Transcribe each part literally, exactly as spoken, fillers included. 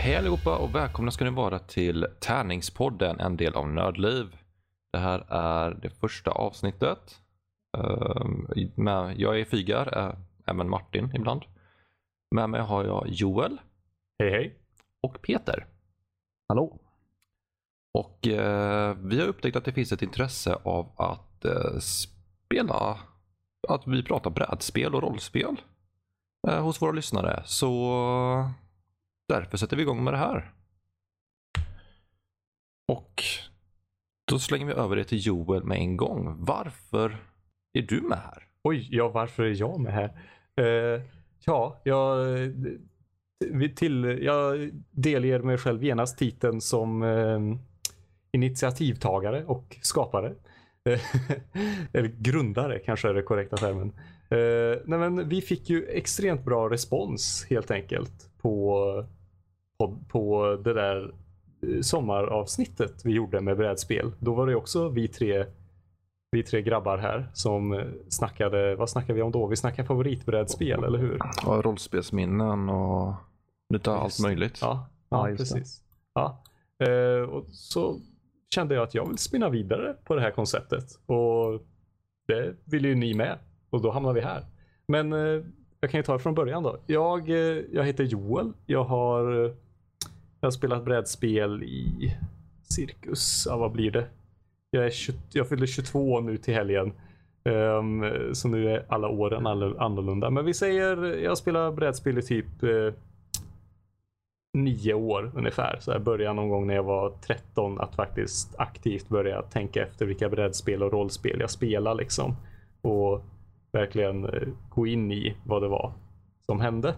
Hej allihopa och välkomna ska ni vara till Tärningspodden, en del av Nördliv. Det här är det första avsnittet. Uh, med, jag är Fygar, uh, även Martin ibland. Med mig har jag Joel. Hej hej. Och Peter. Hallå. Och uh, vi har upptäckt att det finns ett intresse av att uh, spela, att vi pratar brädspel och rollspel uh, hos våra lyssnare. Så därför sätter vi igång med det här. Och då slänger vi över det till Joel med en gång. Varför är du med här? Oj, ja, varför är jag med här? Uh, ja, jag, till, jag delger mig själv genast titeln som uh, initiativtagare och skapare. Eller grundare kanske är det korrekta termen. Uh, nej men vi fick ju extremt bra respons helt enkelt på, på, på det där sommaravsnittet vi gjorde med brädspel. Då var det också vi tre vi tre grabbar här som snackade, vad snackade vi om då? Vi snackade favoritbrädspel, eller hur? Ja, rollspelsminnen och lite Just. allt möjligt. Ja, ja, Ja, precis. Ja. Uh, och så kände jag att jag vill spinna vidare på det här konceptet. Och det vill ju ni med. Och då hamnar vi här. Men uh, jag kan ju ta det från början då. Jag, uh, jag heter Joel. Jag har, uh, jag har spelat brädspel i cirkus. Ja, vad blir det? Jag, är tjugo, jag fyller tjugotvå nu till helgen. Um, så nu är alla åren annorlunda. Men vi säger, jag spelar brädspel i typ uh, nio år ungefär. Så jag började någon gång när jag var tretton att faktiskt aktivt börja tänka efter vilka brädspel och rollspel jag spelar liksom. Och verkligen uh, gå in i vad det var som hände.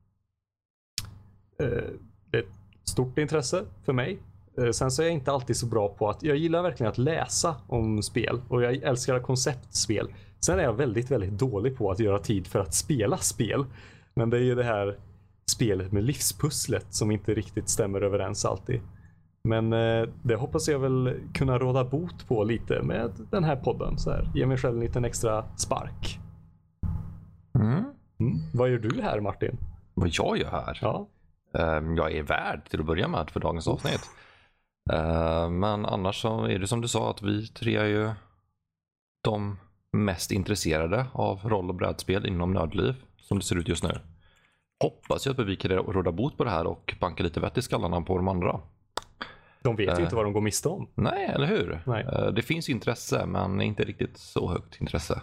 Uh, det är ett stort intresse för mig. Sen så är jag inte alltid så bra på att, jag gillar verkligen att läsa om spel och jag älskar konceptspel. Sen är jag väldigt, väldigt dålig på att göra tid för att spela spel. Men det är ju det här spelet med livspusslet som inte riktigt stämmer överens alltid. Men eh, det hoppas jag väl kunna råda bot på lite med den här podden. Så här, ge mig själv en liten extra spark. Mm. Mm. Vad gör du här, Martin? Vad jag gör här? Ja. Um, jag är värd till att börja med för dagens avsnitt. Uh, men annars så är det som du sa att vi tre är ju de mest intresserade av roll- och brädspel inom Nördliv som det ser ut just nu. Hoppas jag att vi kan råda bot på det här och banka lite vett i skallarna på de andra. De vet ju uh, inte vad de går miste om. Nej, eller hur? Nej. Uh, det finns intresse men inte riktigt så högt intresse.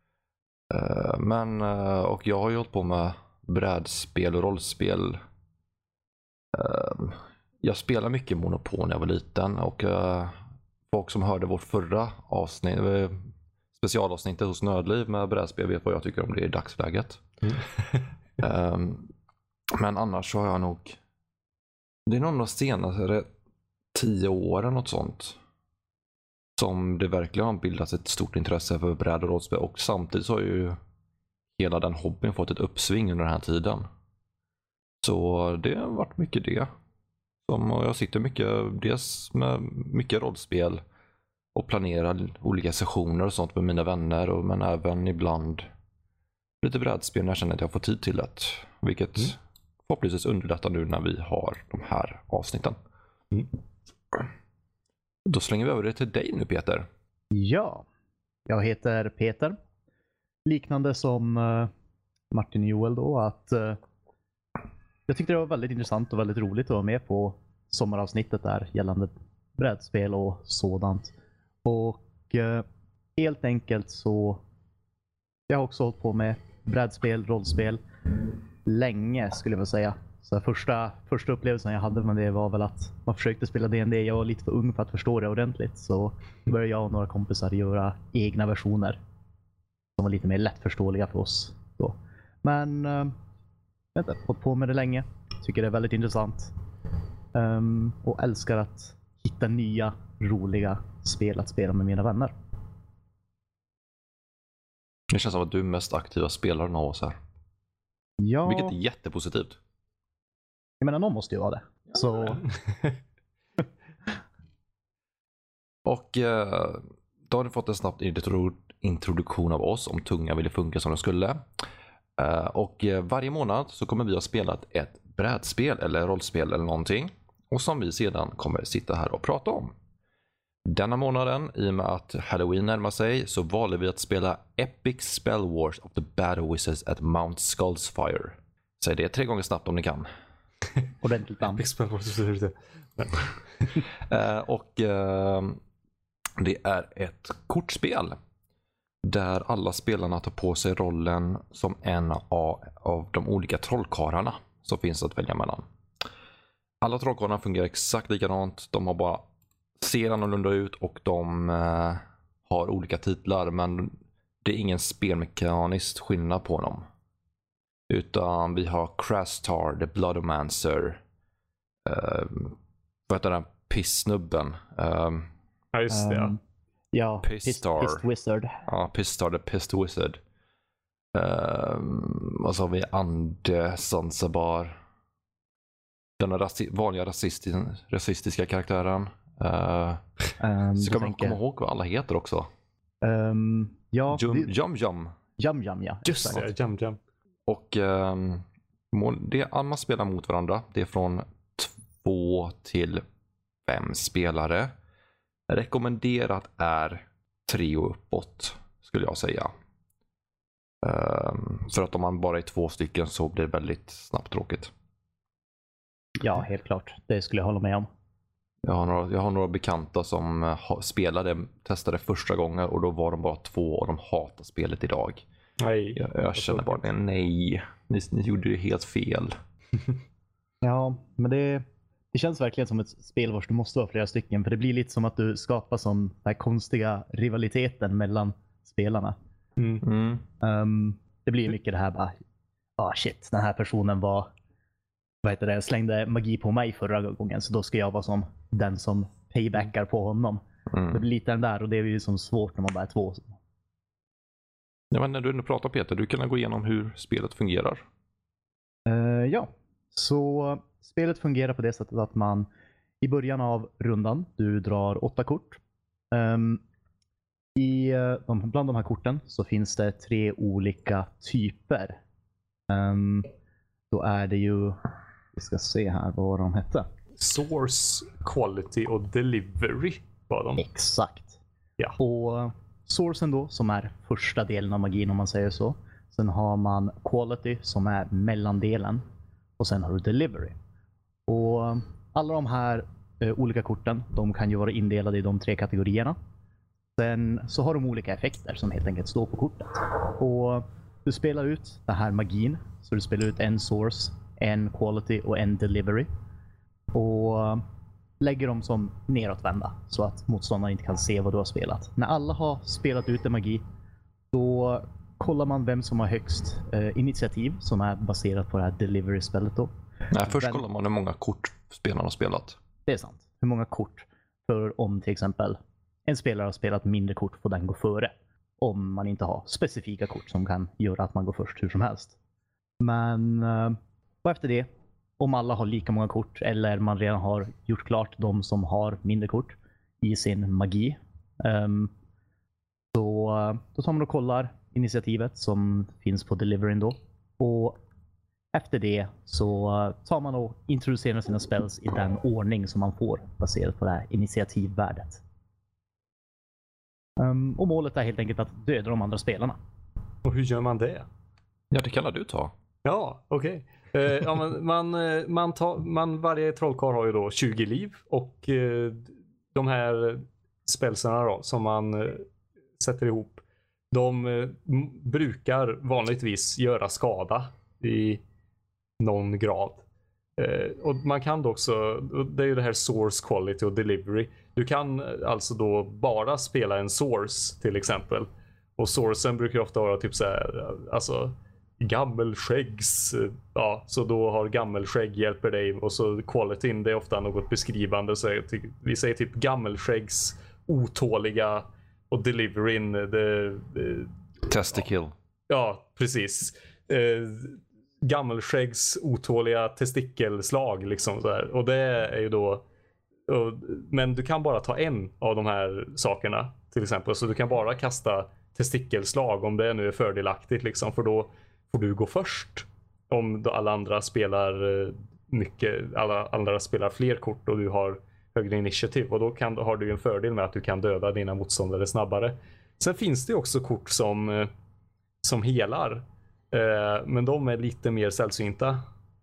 Uh, men, uh, och jag har ju hållit på med brädspel och rollspel. Uh, Jag spelade mycket Monopol när jag var liten och uh, folk som hörde vårt förra avsnitt, uh, specialavsnittet hos Nördliv med brädspel vet vad jag tycker om det i dagsläget. Mm. um, men annars så har jag nog, det är nog de senaste tio åren något sånt som det verkligen har bildats ett stort intresse för bräd och rollspel och samtidigt så har ju hela den hobbyn fått ett uppsving under den här tiden. Så det har varit mycket det. Och jag sitter mycket, dels med mycket rollspel och planerar olika sessioner och sånt med mina vänner. Och, men även ibland lite brädspel när jag känner att jag får tid till det. Vilket mm. förhoppningsvis underlättar nu när vi har de här avsnitten. Mm. Då slänger vi över det till dig nu, Peter. Ja, jag heter Peter. Liknande som uh, Martin och Joel då, att uh, jag tyckte det var väldigt intressant och väldigt roligt att vara med på sommaravsnittet där gällande brädspel och sådant. Och eh, helt enkelt så jag har också hållit på med brädspel, rollspel länge skulle jag väl säga. Så första, första upplevelsen jag hade med det var väl att man försökte spela D and D. Jag var lite för ung för att förstå det ordentligt. Så började jag och några kompisar göra egna versioner som var lite mer lättförståeliga för oss då. Men eh, jag har hållit på med det länge. Tycker det är väldigt intressant. Um, och älskar att hitta nya, roliga spel att spela med mina vänner. Det känns som att du är mest aktiva spelaren av oss här. Ja. Vilket är jättepositivt. Jag menar, någon måste ju vara det. Ja. Så... och eh, då har du fått en snabb introduktion av oss om tunga ville funka som de skulle. Uh, och uh, varje månad så kommer vi att spela ett brädspel eller rollspel eller någonting. Och som vi sedan kommer sitta här och prata om. Denna månaden, i och med att Halloween närmar sig, så valde vi att spela Epic Spell Wars of the Battle Wizards at Mount Skullsfire. Säg det tre gånger snabbt om ni kan. Ordentligt namn. Epic Spell Wars. uh, och uh, det är ett kortspel där alla spelarna tar på sig rollen som en av, av de olika trollkarlarna som finns att välja mellan. Alla trollkarlarna fungerar exakt likadant. De har bara ser annorlunda ut och de uh, har olika titlar, men det är ingen spelmekaniskt skillnad på dem. Utan vi har Krastar, The Bloodomancer, uh, vad heter den? Pissnubben. Um, ja, just det. Um, ja, Pistar. Pist, Pist Wizard. Ja, Pistar, The Pist Wizard. Um, och så har vi Ande Zanzibar. Den rasi- vanliga rasisti- rasistiska karaktären. Uh, Um, ska man tänker, komma ihåg vad alla heter också? Um, ja, Jum, det- Jum Jum. Jam Jam, ja. Just exakt. det, Jam Jam. Och um, det är man spelar mot varandra. Det är från två till fem spelare. Rekommenderat är tre och uppåt, skulle jag säga. Um, för att om man bara är två stycken så blir det väldigt snabbt tråkigt. Ja, helt klart. Det skulle jag hålla med om. Jag har några, jag har några bekanta som uh, ha, spelade, testade första gången och då var de bara två och de hatar spelet idag. Nej. Jag, jag känner bara, nej, ni, ni gjorde det helt fel. Ja, men det, det känns verkligen som ett spel vars du måste vara flera stycken. För det blir lite som att du skapar som den här konstiga rivaliteten mellan spelarna. Mm. Mm. Um, det blir mycket det här bara, ah shit, den här personen var, vad heter det, slängde magi på mig förra gången, så då ska jag vara som den som paybackar på honom. Mm. Det blir lite den där, och det är ju som svårt när man bara är två. Ja, men när du nu pratar Peter, du kan gå igenom hur spelet fungerar. Uh, ja, så spelet fungerar på det sättet att man i början av rundan, du drar åtta kort. Um, i, uh, de, bland de här korten så finns det tre olika typer. Um, då är det ju, vi ska se här vad de hette. Source, quality och delivery var de. Exakt. Ja. Och sourcen då, som är första delen av magin om man säger så. Sen har man quality som är mellandelen. Och sen har du delivery. Och alla de här eh, olika korten, de kan ju vara indelade i de tre kategorierna. Sen så har de olika effekter som helt enkelt står på kortet. Och du spelar ut den här magin. Så du spelar ut en source, en quality och en delivery. Och lägger dem som nedåtvända så att motståndaren inte kan se vad du har spelat. När alla har spelat ut en magi, då kollar man vem som har högst eh, initiativ, som är baserat på det här delivery-spelet då. Nej, först Vem- kollar man hur många kort spelarna har spelat. Det är sant. Hur många kort? För om till exempel en spelare har spelat mindre kort, får den gå före. Om man inte har specifika kort som kan göra att man går först hur som helst. Men eh, och efter det, om alla har lika många kort eller man redan har gjort klart de som har mindre kort i sin magi. Um, så då tar man och kollar initiativet som finns på deliveryn då. Och efter det så tar man och introducerar sina spells i den ordning som man får baserat på det här initiativvärdet. Um, och målet är helt enkelt att döda de andra spelarna. Och hur gör man det? Ja, det kan du ta. Ja, okej. Okay. Eh, ja, man, man, eh, man tar, man, varje trollkarl har ju då tjugo liv och eh, de här spelsarna då som man eh, sätter ihop, de eh, m- brukar vanligtvis göra skada i någon grad. Eh, och man kan då också, det är ju det här source, quality och delivery. Du kan eh, alltså då bara spela en source till exempel. Och sourcen brukar ofta vara typ så här, alltså gammelskäggs, ja, så då har gammelskägg hjälper dig, och så qualityn, det är ofta något beskrivande, så är, ty, vi säger typ gammelskäggs otåliga, och deliveryn det, det Testikill. ja, precis. Eh, gammelskäggs otåliga testikelslag liksom så här. Och det är ju då och, men du kan bara ta en av de här sakerna till exempel, så du kan bara kasta testikelslag om det nu är fördelaktigt liksom, för då får du gå först om då alla andra spelar mycket, alla andra spelar fler kort och du har högre initiativ och då kan, har du en fördel med att du kan döda dina motståndare snabbare. Sen finns det också kort som, som helar, eh, men de är lite mer sällsynta.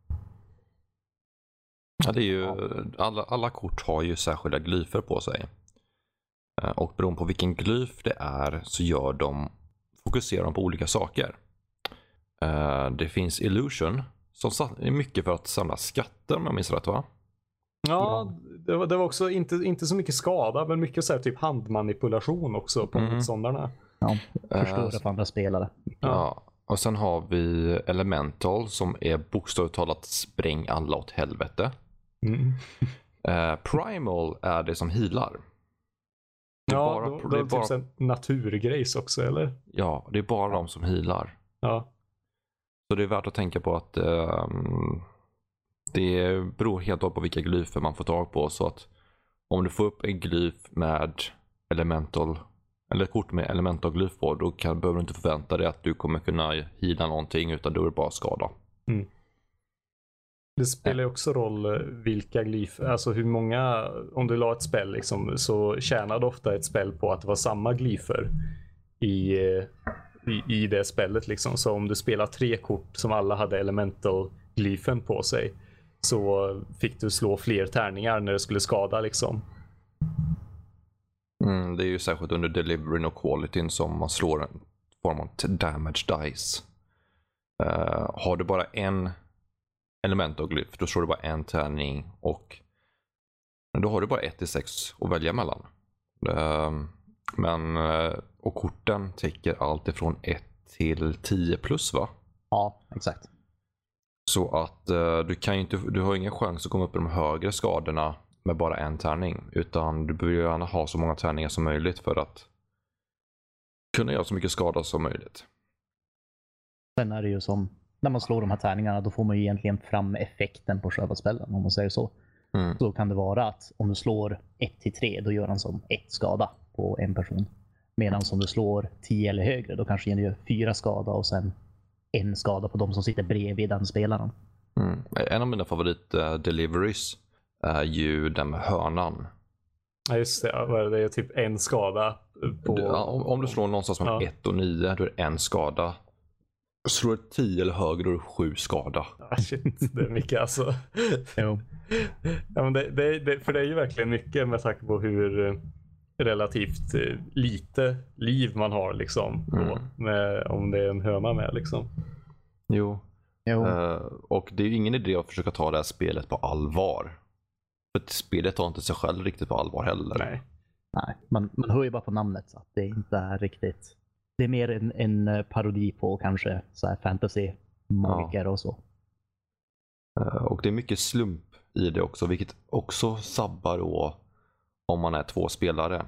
Ja, det är ju, alla, alla kort har ju särskilda glyfer på sig. Och beroende på vilken glyf det är så gör de, fokuserar de på olika saker. Det finns illusion som är mycket för att samla skatter om jag minns rätt, va? Ja, det var, det var också inte, inte så mycket skada, men mycket så här typ handmanipulation också på Mm. motståndarna. Ja, förstöra Uh, för andra spelare. Ja. ja, och sen har vi elemental som är bokstavligt talat spräng alla åt helvete. Mm. Uh, primal är det som healar. Det är Ja, bara, då, då det är är det bara, typ en naturgrejs också, eller? ja, det är bara de som healar. Ja. Så det är värt att tänka på att um, det beror helt på vilka glyfer man får tag på. Så att om du får upp en glyf med elemental, eller ett kort med elemental glyf på, då kan, behöver du inte förvänta dig att du kommer kunna heala någonting, utan då är det bara skada. Mm. Det spelar ju också roll vilka glyfer, alltså hur många, om du la ett spel liksom, så tjänade ofta ett spel på att det var samma glyfer i, i, i det spelet liksom. Så om du spelar tre kort som alla hade elemental glyfen på sig, så fick du slå fler tärningar när det skulle skada liksom. Mm, det är ju särskilt under delivery och quality som man slår en form av damage dice. Uh, har du bara en element och glyf, då slår du bara en tärning och då har du bara ett till sex att välja mellan. Uh, men uh, och korten täcker allt ifrån ett till tio plus, va? Ja, exakt. Så att uh, du kan ju inte, du har ingen chans att komma upp i de högre skadorna med bara en tärning, utan du bör gärna ha så många tärningar som möjligt för att kunna göra så mycket skada som möjligt. Sen är det ju som, när man slår de här tärningarna, då får man ju egentligen fram effekten på själva spelen, om man säger så. Mm. Så kan det vara att om du slår ett till tre, då gör han som ett skada på en person. Medan om du slår tio eller högre, då kanske det gör fyra skada och sen en skada på de som sitter bredvid den spelaren. Mm. En av mina favorit uh, deliveries är ju den med hörnan. Ja, just det. Det är typ en skada på... Du, om, om du slår någonstans mellan Ja. ett och nio, då är det en skada. Slår du tio eller högre, då är det sju skada. Ah, shit, det är mycket alltså. Jo. Ja, men det, det, det, för det är ju verkligen mycket med tanke på hur eh, relativt eh, lite liv man har liksom. På, Mm. med, om det är en höna med liksom. Jo. Jo. Uh, och det är ju ingen idé att försöka ta det här spelet på allvar. För att spelet tar inte sig själv riktigt på allvar heller. Nej. Nej, man, man hör ju bara på namnet så att det inte är riktigt. Det är mer en, en parodi på kanske så här fantasy magiker och så. Uh, och det är mycket slump i det också, vilket också sabbar då om man är två spelare.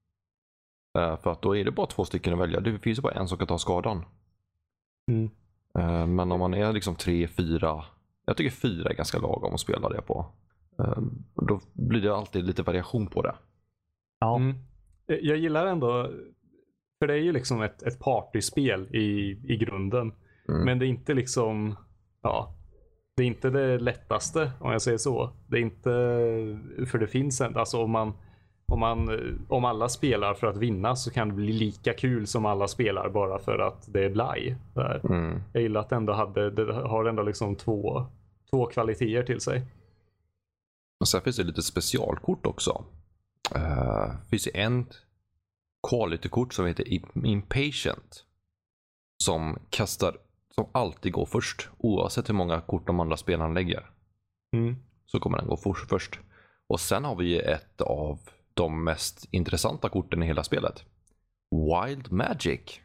Uh, för att då är det bara två stycken att välja. Det finns ju bara en som kan ta skadan. Mm. Uh, men om man är liksom tre, fyra. Jag tycker fyra är ganska lagom att spela det på. Uh, då blir det alltid lite variation på det. Ja, Mm. Jag gillar ändå, för det är ju liksom ett, ett partyspel i, i grunden. Mm. Men det är inte liksom, ja, det är inte det lättaste om jag säger så. Det är inte, för det finns en, alltså om man, om man, om alla spelar för att vinna så kan det bli lika kul som alla spelar bara för att det är blaj. Där. Mm. Jag gillar att det ändå hade, det har ändå liksom två, två kvaliteter till sig. Och sen finns det lite specialkort också. Uh, finns det en quality-kort som heter Impatient. Som kastar, som alltid går först. Oavsett hur många kort de andra spelarna lägger. Mm. Så kommer den gå for, först. Och sen har vi ett av de mest intressanta korten i hela spelet. Wild Magic.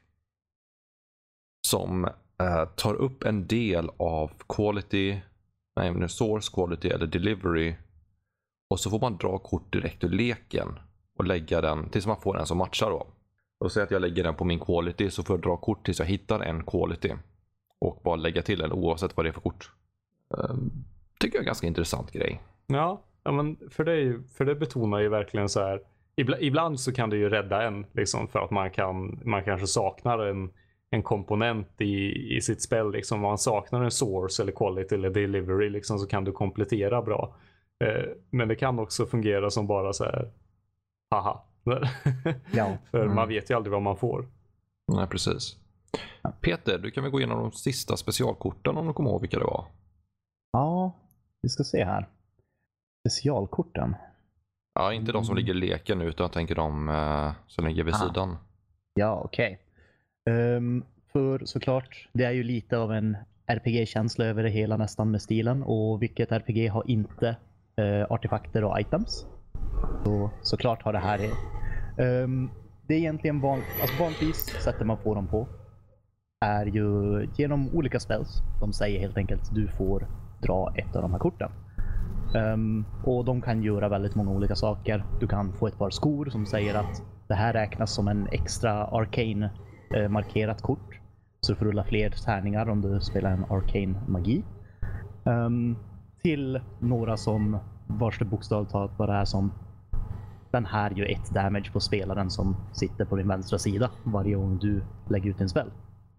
Som uh, tar upp en del av quality, nej men source quality eller delivery. Och så får man dra kort direkt ur leken och lägga den tills man får en som matchar då. Och säg att jag lägger den på min quality, så får jag dra kort tills jag hittar en quality. Och bara lägga till den oavsett vad det är för kort. Um, tycker jag är en ganska intressant grej. Ja, ja men för det, är ju, för det betonar ju verkligen så här. Ibland, ibland så kan det ju rädda en liksom, för att man, kan, man kanske saknar en, en komponent i, i sitt spel. Liksom. Om man saknar en source eller quality eller delivery liksom, så kan du komplettera bra. Eh, men det kan också fungera som bara så här haha. Ja. För Mm. man vet ju aldrig vad man får. Nej, precis. Peter, du kan väl gå igenom de sista specialkorten om du kommer ihåg vilka det var? Ja, vi ska se här. Specialkorten. Ja, inte de som Mm. ligger i leken nu, utan jag tänker de uh, som ligger vid Ah. sidan. Ja, okej. Ehm, för såklart, det är ju lite av en R P G-känsla över det hela nästan med stilen. Och vilket R P G har inte eh, artefakter och items? Så såklart har det här det. Ehm, det är egentligen van, alltså vanligtvis sättet man får dem på är ju genom olika spells. De säger helt enkelt att du får dra ett av de här korten. Um, och de kan göra väldigt många olika saker. Du kan få ett par skor som säger att det här räknas som en extra arcane eh, markerat kort. Så du får rulla fler tärningar om du spelar en arcane magi. Um, till några som vars det bokstavligt talat bara är som den här gör ett damage på spelaren som sitter på din vänstra sida varje gång du lägger ut en spel.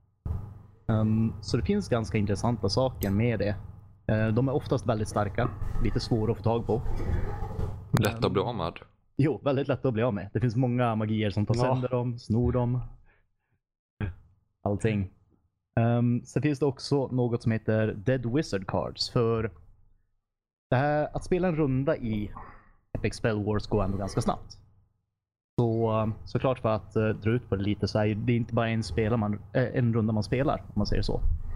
Um, så det finns ganska intressanta saker med det. Uh, de är oftast väldigt starka, lite svåra att få tag på. Lätt att bli av med. Jo, väldigt lätt att bli av med. Det finns många magier som tar Ja. sönder dem, snor dem. Allting. Um, sen finns det också något som heter Dead Wizard Cards. För det här, att spela en runda i Epic Spell Wars går ändå ganska snabbt. Så um, såklart för att uh, dra ut på det lite så är det inte bara en, spelar man, äh, en runda man spelar, om man säger så.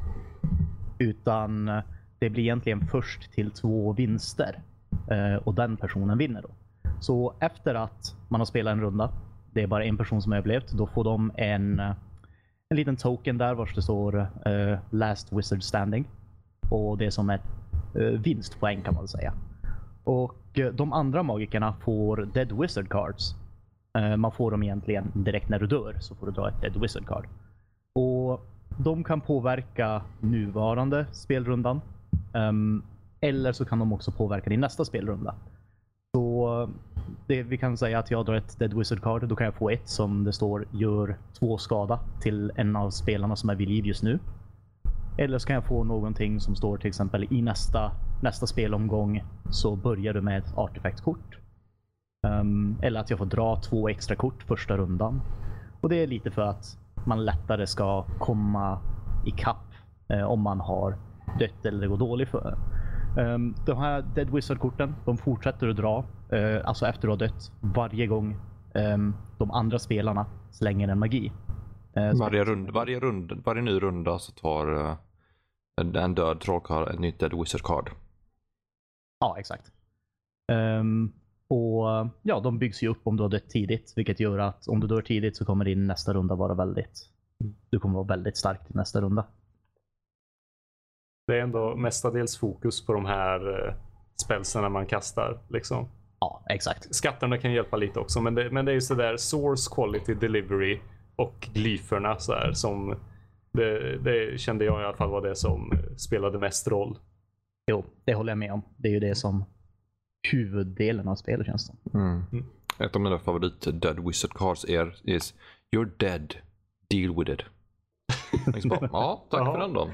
Utan uh, det blir egentligen först till två vinster. Uh, och den personen vinner då. Så efter att man har spelat en runda, det är bara en person som har överlevt, då får de en, en liten token där vars det står uh, Last Wizard Standing. Och det är som ett uh, vinstpoäng kan man säga. Och uh, de andra magikerna får Dead Wizard Cards. Uh, man får dem egentligen direkt när du dör, så får du dra ett Dead Wizard Card. Och de kan påverka nuvarande spelrundan. Um, eller så kan de också påverka din nästa spelrunda. Så det, vi kan säga att jag drar ett Dead Wizard Card. Då kan jag få ett som det står gör två skada till en av spelarna som är vid liv just nu. Eller så kan jag få någonting som står till exempel i nästa, nästa spelomgång så börjar du med ett artefaktkort. Um, eller att jag får dra två extra kort första rundan. Och det är lite för att man lättare ska komma i kapp eh, om man har dött eller det går dåligt för. Um, de här Dead Wizard-korten, de fortsätter att dra, uh, alltså efter att ha dött, varje gång um, de andra spelarna slänger en magi. Uh, så- Varje, rund, varje, rund, varje ny runda så tar uh, en, en död trollkarl ett nytt Dead Wizard Card. Ja, exakt. Um, och uh, ja, de byggs ju upp om du har dött tidigt, vilket gör att om du dör tidigt så kommer din nästa runda vara väldigt, du kommer vara väldigt stark i nästa runda. Det är ändå mestadels fokus på de här eh, spelserna man kastar. Liksom. Ja, exakt. Skatterna kan hjälpa lite också, men det, men det är ju sådär source, quality, delivery och glyferna så här, som det, det kände jag i alla fall var det som spelade mest roll. Jo, det håller jag med om. Det är ju det som huvuddelen av spelet känns som. Mm. Mm. Ett av mina favorit Dead Wizard Cards är is You're dead, deal with it. Liksom bara, ja, tack Jaha. för den då.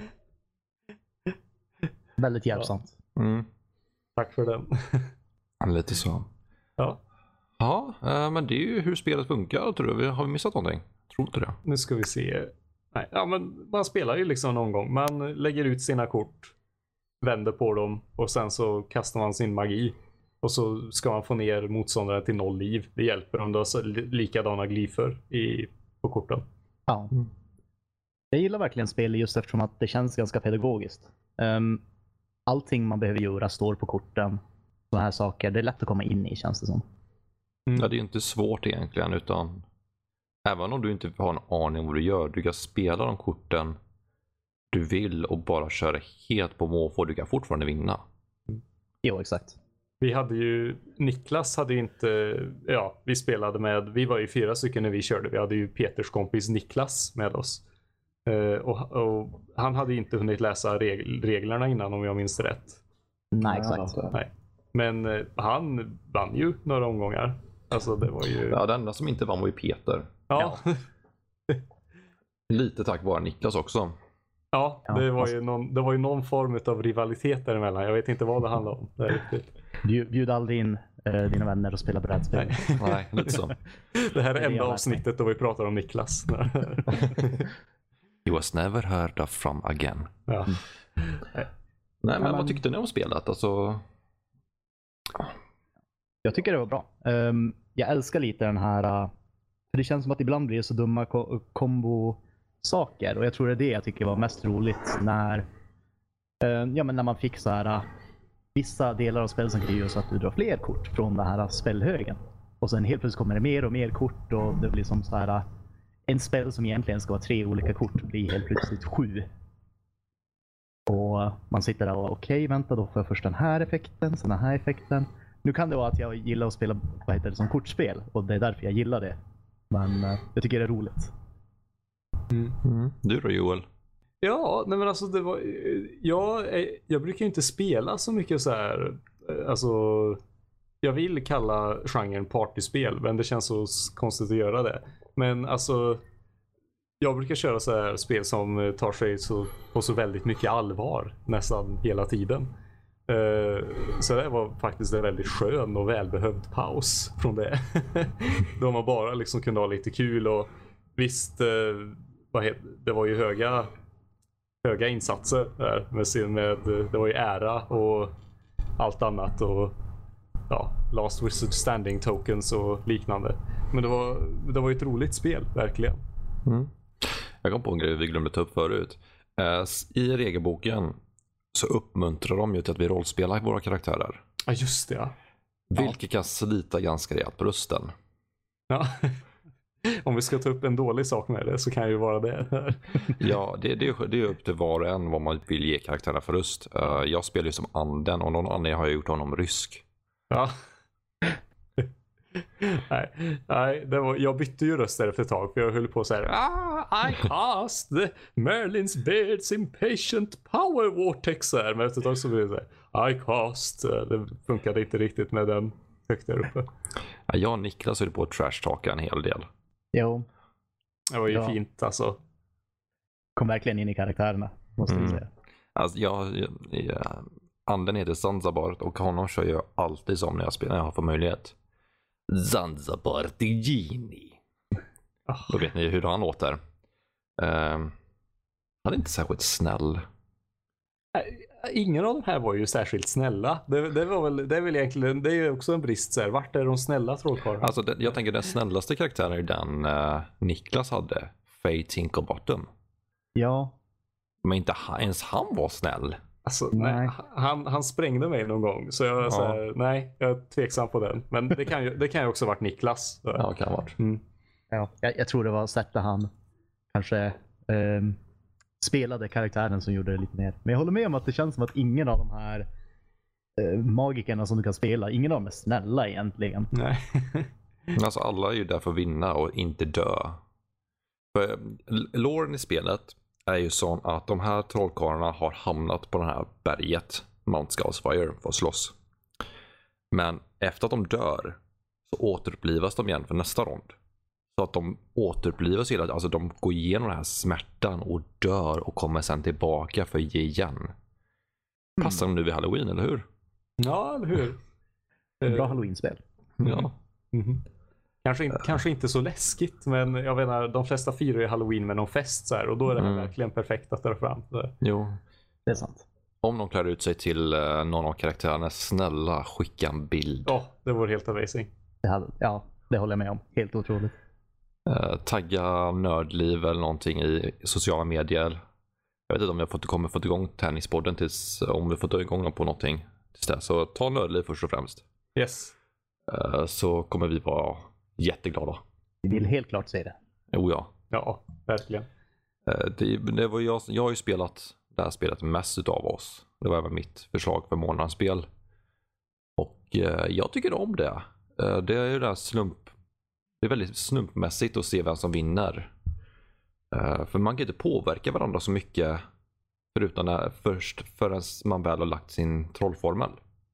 Väldigt hjälpsamt. Mm. Tack för den. Lite så. Ja, Ja, eh, men det är ju hur spelet funkar tror jag. Vi- Har vi missat någonting? Tror inte det. nu ska vi se. Nej, ja, men man spelar ju liksom någon gång. Man lägger ut sina kort, vänder på dem och sen så kastar man sin magi. Och så ska man få ner motståndaren till noll liv. Det hjälper om du har så li- likadana glyfer i, på korten. Ja. Mm. Jag gillar verkligen spel just eftersom att det känns ganska pedagogiskt. Um, allting man behöver göra står på korten. Sådana här saker. Det är lätt att komma in i, känns det som. Mm. Ja, det är ju inte svårt egentligen, utan även om du inte har en aning om vad du gör, du kan spela de korten du vill och bara köra helt på måfå. Du kan fortfarande vinna. Jo, exakt. Vi hade ju, Niklas hade ju inte, ja vi spelade med, vi var ju fyra stycken när vi körde. Vi hade ju Peters kompis Niklas med oss. Eh, och, och han hade ju inte hunnit läsa reg- reglerna innan om jag minns rätt. Nej, exakt. Nej. Men eh, han vann ju några omgångar. Alltså det var ju, Ja, det enda som inte vann var ju Peter. ja. Lite tack vare Niklas också. Ja, Ja, det var, alltså- ju någon, det var ju någon form av rivalitet däremellan. Jag vet inte vad det handlar om. Det är riktigt. Bjud, bjud aldrig in eh, dina vänner och spela brädspel. Nej. Nej, lite så. Det här Det är är det enda jag lärt avsnittet då vi pratar om Niklas. He was never heard of from again. Ja. Nej, men men- vad tyckte ni om spelet? Alltså, Jag tycker det var bra. Ehm, jag älskar lite den här, uh, för det känns som att ibland blir det så dumma ko- kombo-saker. Och jag tror det är det jag tycker var mest roligt när, uh, ja, men när man fick så här, uh, vissa delar av spel som kan göra så att du drar fler kort från den här spelhögen. Och sen helt plötsligt kommer det mer och mer kort och det blir som så här, uh, en spel som egentligen ska vara tre olika kort blir helt plötsligt sju. Och uh, man sitter där och okej, okay, vänta då får jag först den här effekten, sen den här effekten. Nu kan det vara att jag gillar att spela vad heter det, som kortspel och det är därför jag gillar det. Men uh, jag tycker det är roligt. Mm. mm. Du då Joel? Ja, nej men alltså det var, jag, jag brukar ju inte spela så mycket så här, alltså jag vill kalla genren partyspel, men det känns så konstigt att göra det. Men alltså jag brukar köra så här spel som tar sig så, på så väldigt mycket allvar nästan hela tiden. Uh, så det var faktiskt en väldigt skön och välbehövd paus från det. Då man bara liksom kunde ha lite kul och visst, uh, vad heter, det var ju höga höga insatser där med, sin, med det var ju ära och allt annat och ja, Last Wizard Standing tokens och liknande. Men det var, det var ju ett roligt spel, verkligen. Mm. Jag kom på en grej vi glömde ta upp förut. Uh, I regelboken så uppmuntrar de ju till att vi rollspelar våra karaktärer. Ja, just det, ja. Vilket kan slita ganska rejält på rösten. Ja. Om vi ska ta upp en dålig sak med det så kan ju vara det. Ja, det, det, är, det är upp till var och en vad man vill ge karaktärerna för röst. Uh, jag spelar ju som anden och någon annan har jag gjort honom rysk. Ja. nej, nej det var, jag bytte ju röst där efter ett tag för jag höll på så här. Ah, I cast the Merlin's Beard's impatient power vortex här. Men efter ett tag så blev det så här. I cast. Det funkade inte riktigt med den högt där uppe. Ja, jag och Niklas höll på att trash-talka en hel del. Jo, Det var ju Ja. fint alltså. kom verkligen in i karaktärerna, måste vi Mm. säga. Alltså, jag, jag, jag, anden heter Zanzibar och honom kör jag alltid som när jag spelar, när jag får möjlighet. Zanzibar Gini. Ah. Då vet ni hur han låter. Uh, han är inte särskilt snäll. Ingen av de här var ju särskilt snälla. Det, det, var väl, det är väl egentligen, det är ju också en brist så här. Vart är de snälla trollkarlarna? Alltså, det, jag tänker den snällaste karaktären är den uh, Niklas hade. Faye Tinkerbottom. Ja, Men inte han, ens han var snäll. Alltså, Nej. nej. Han, han sprängde mig någon gång. Så jag, Ja. så här, nej, jag är tveksam på den. Men det kan ju, det kan ju också ha varit Niklas. Så. Ja, kan ha varit. Mm. ja. Jag, jag tror det var sättet han kanske ehm, spelade karaktären som gjorde det lite mer. Men jag håller med om att det känns som att ingen av de här eh, magikerna som du kan spela, ingen av dem är snälla egentligen. Nej. Men alltså alla är ju där för att vinna och inte dö. För loren i spelet är ju sån att de här trollkarlarna har hamnat på det här berget, Mount Skullsfire, för att slåss. Men efter att de dör så återupplivas de igen för nästa rond. Så att de återupplivas hela, alltså de går igenom den här smärtan och dör och kommer sen tillbaka för att ge igen. Passar de nu vid Halloween, eller hur? Ja, eller hur? Bra Eh, Halloween-spel. Ja. mhm. Kanske, in, kanske inte så läskigt, men jag menar, de flesta firar ju Halloween med någon fest så här, och då är det här Mm. verkligen perfekt att dra fram. Så här. Jo. Det är sant. Om de klär ut sig till uh, någon av karaktärerna, snälla skicka en bild. Ja, det vore helt amazing. Det hade, ja, det håller jag med om. Helt otroligt. Uh, tagga Nördliv eller någonting i sociala medier. Jag vet inte om jag fått, kommer fått igång Tärningspodden tills, om vi får igång dem på någonting tills dess. Så ta Nördliv först och främst. Yes. Uh, så kommer vi vara jätteglada. Vi vill helt klart se det. Jo ja. Ja, verkligen. Uh, det, det var jag, jag har ju spelat det här spelet mest utav oss. Det var även mitt förslag för månadens spel. Och uh, jag tycker om det. Uh, det är ju det här slump. Det är väldigt slumpmässigt att se vem som vinner. Uh, för man kan inte påverka varandra så mycket förutom när, först förrän man väl har lagt sin trollformel.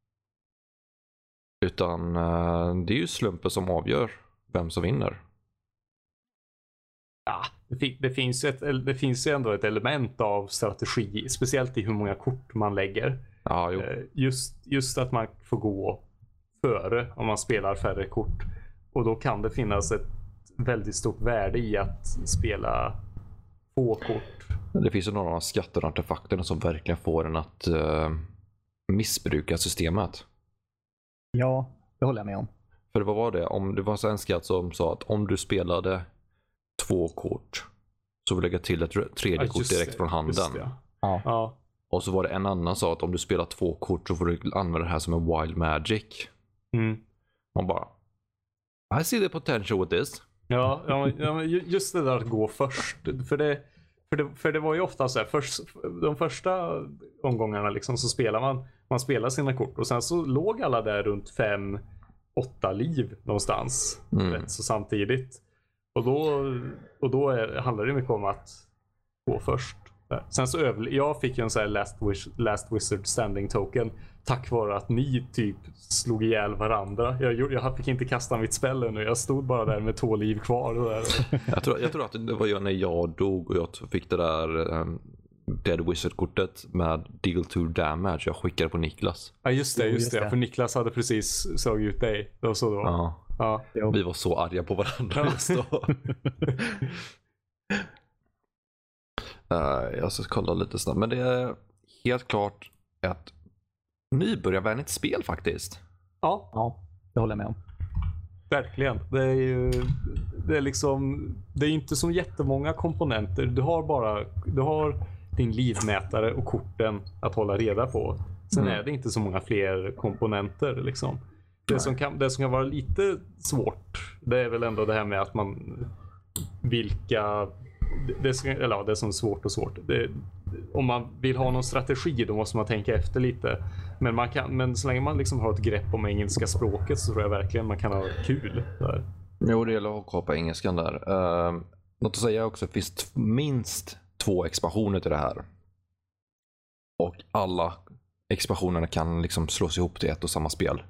Utan uh, det är ju slumpen som avgör vem som vinner. Ja, det, fi- det, finns ett, det finns ju ändå ett element av strategi, speciellt i hur många kort man lägger. Ja, jo. Eh, Just, just att man får gå före om man spelar färre kort. Och då kan det finnas ett väldigt stort värde i att spela få kort. Det finns ju några av skatter och artefakterna som verkligen får en att uh, missbruka systemet. Ja, det håller jag med om. För vad var det? Om det var så en skatt som sa att om du spelade två kort så vill du lägga till ett tredje Ja, kort just direkt det, från handen. just det. Ja. Ja. Och så var det en annan som sa att om du spelar två kort så får du använda det här som en wild magic. Mm. Man bara, I see the potential with this. Ja, ja, men- ja, men ju- just det där att gå först. För det, för det, för det var ju ofta så här, först, de första omgångarna liksom så spelar man, man spelar sina kort och sen så låg alla där runt fem, åtta liv någonstans. Mm. Rätt så samtidigt. Och då, och då är, handlar det mycket om att gå först. Där. Sen så överle- jag fick ju en sån här last, wish, last wizard standing token tack vare att ni typ slog ihjäl varandra. Jag, gjorde- jag fick inte kasta mitt spel ännu. Jag stod bara där med två liv kvar. Och där. Jag tror, jag tror att det var ju när jag dog och jag fick det där um, Dead Wizard-kortet med deal two damage. Jag skickade på Niklas. Ja just det, Jo, just just det. det. För Niklas hade precis slagit ut dig. Det var så då. Ja. Ja. Jo. Vi var så arga på varandra just då. uh, jag ska kolla lite snabbt. Men det är helt klart ett nybörjarvänligt spel faktiskt. Ja, Ja, det håller jag med om. verkligen. Det är ju det är liksom det är inte så jättemånga komponenter. Du har bara du har din livmätare och korten att hålla reda på. Sen Mm. är det inte så många fler komponenter liksom. Det som, kan, det som kan vara lite svårt, det är väl ändå det här med att man vilka det, som, eller ja, det som är svårt och svårt. Det, om man vill ha någon strategi då måste man tänka efter lite. Men, man kan, men så länge man liksom har ett grepp om engelska språket så tror jag verkligen man kan ha kul där. Jo, det gäller att ha på engelskan där. Uh, något att säga också, det finns t- minst två expansioner till det här. Och alla expansionerna kan liksom slås ihop till ett och samma spel.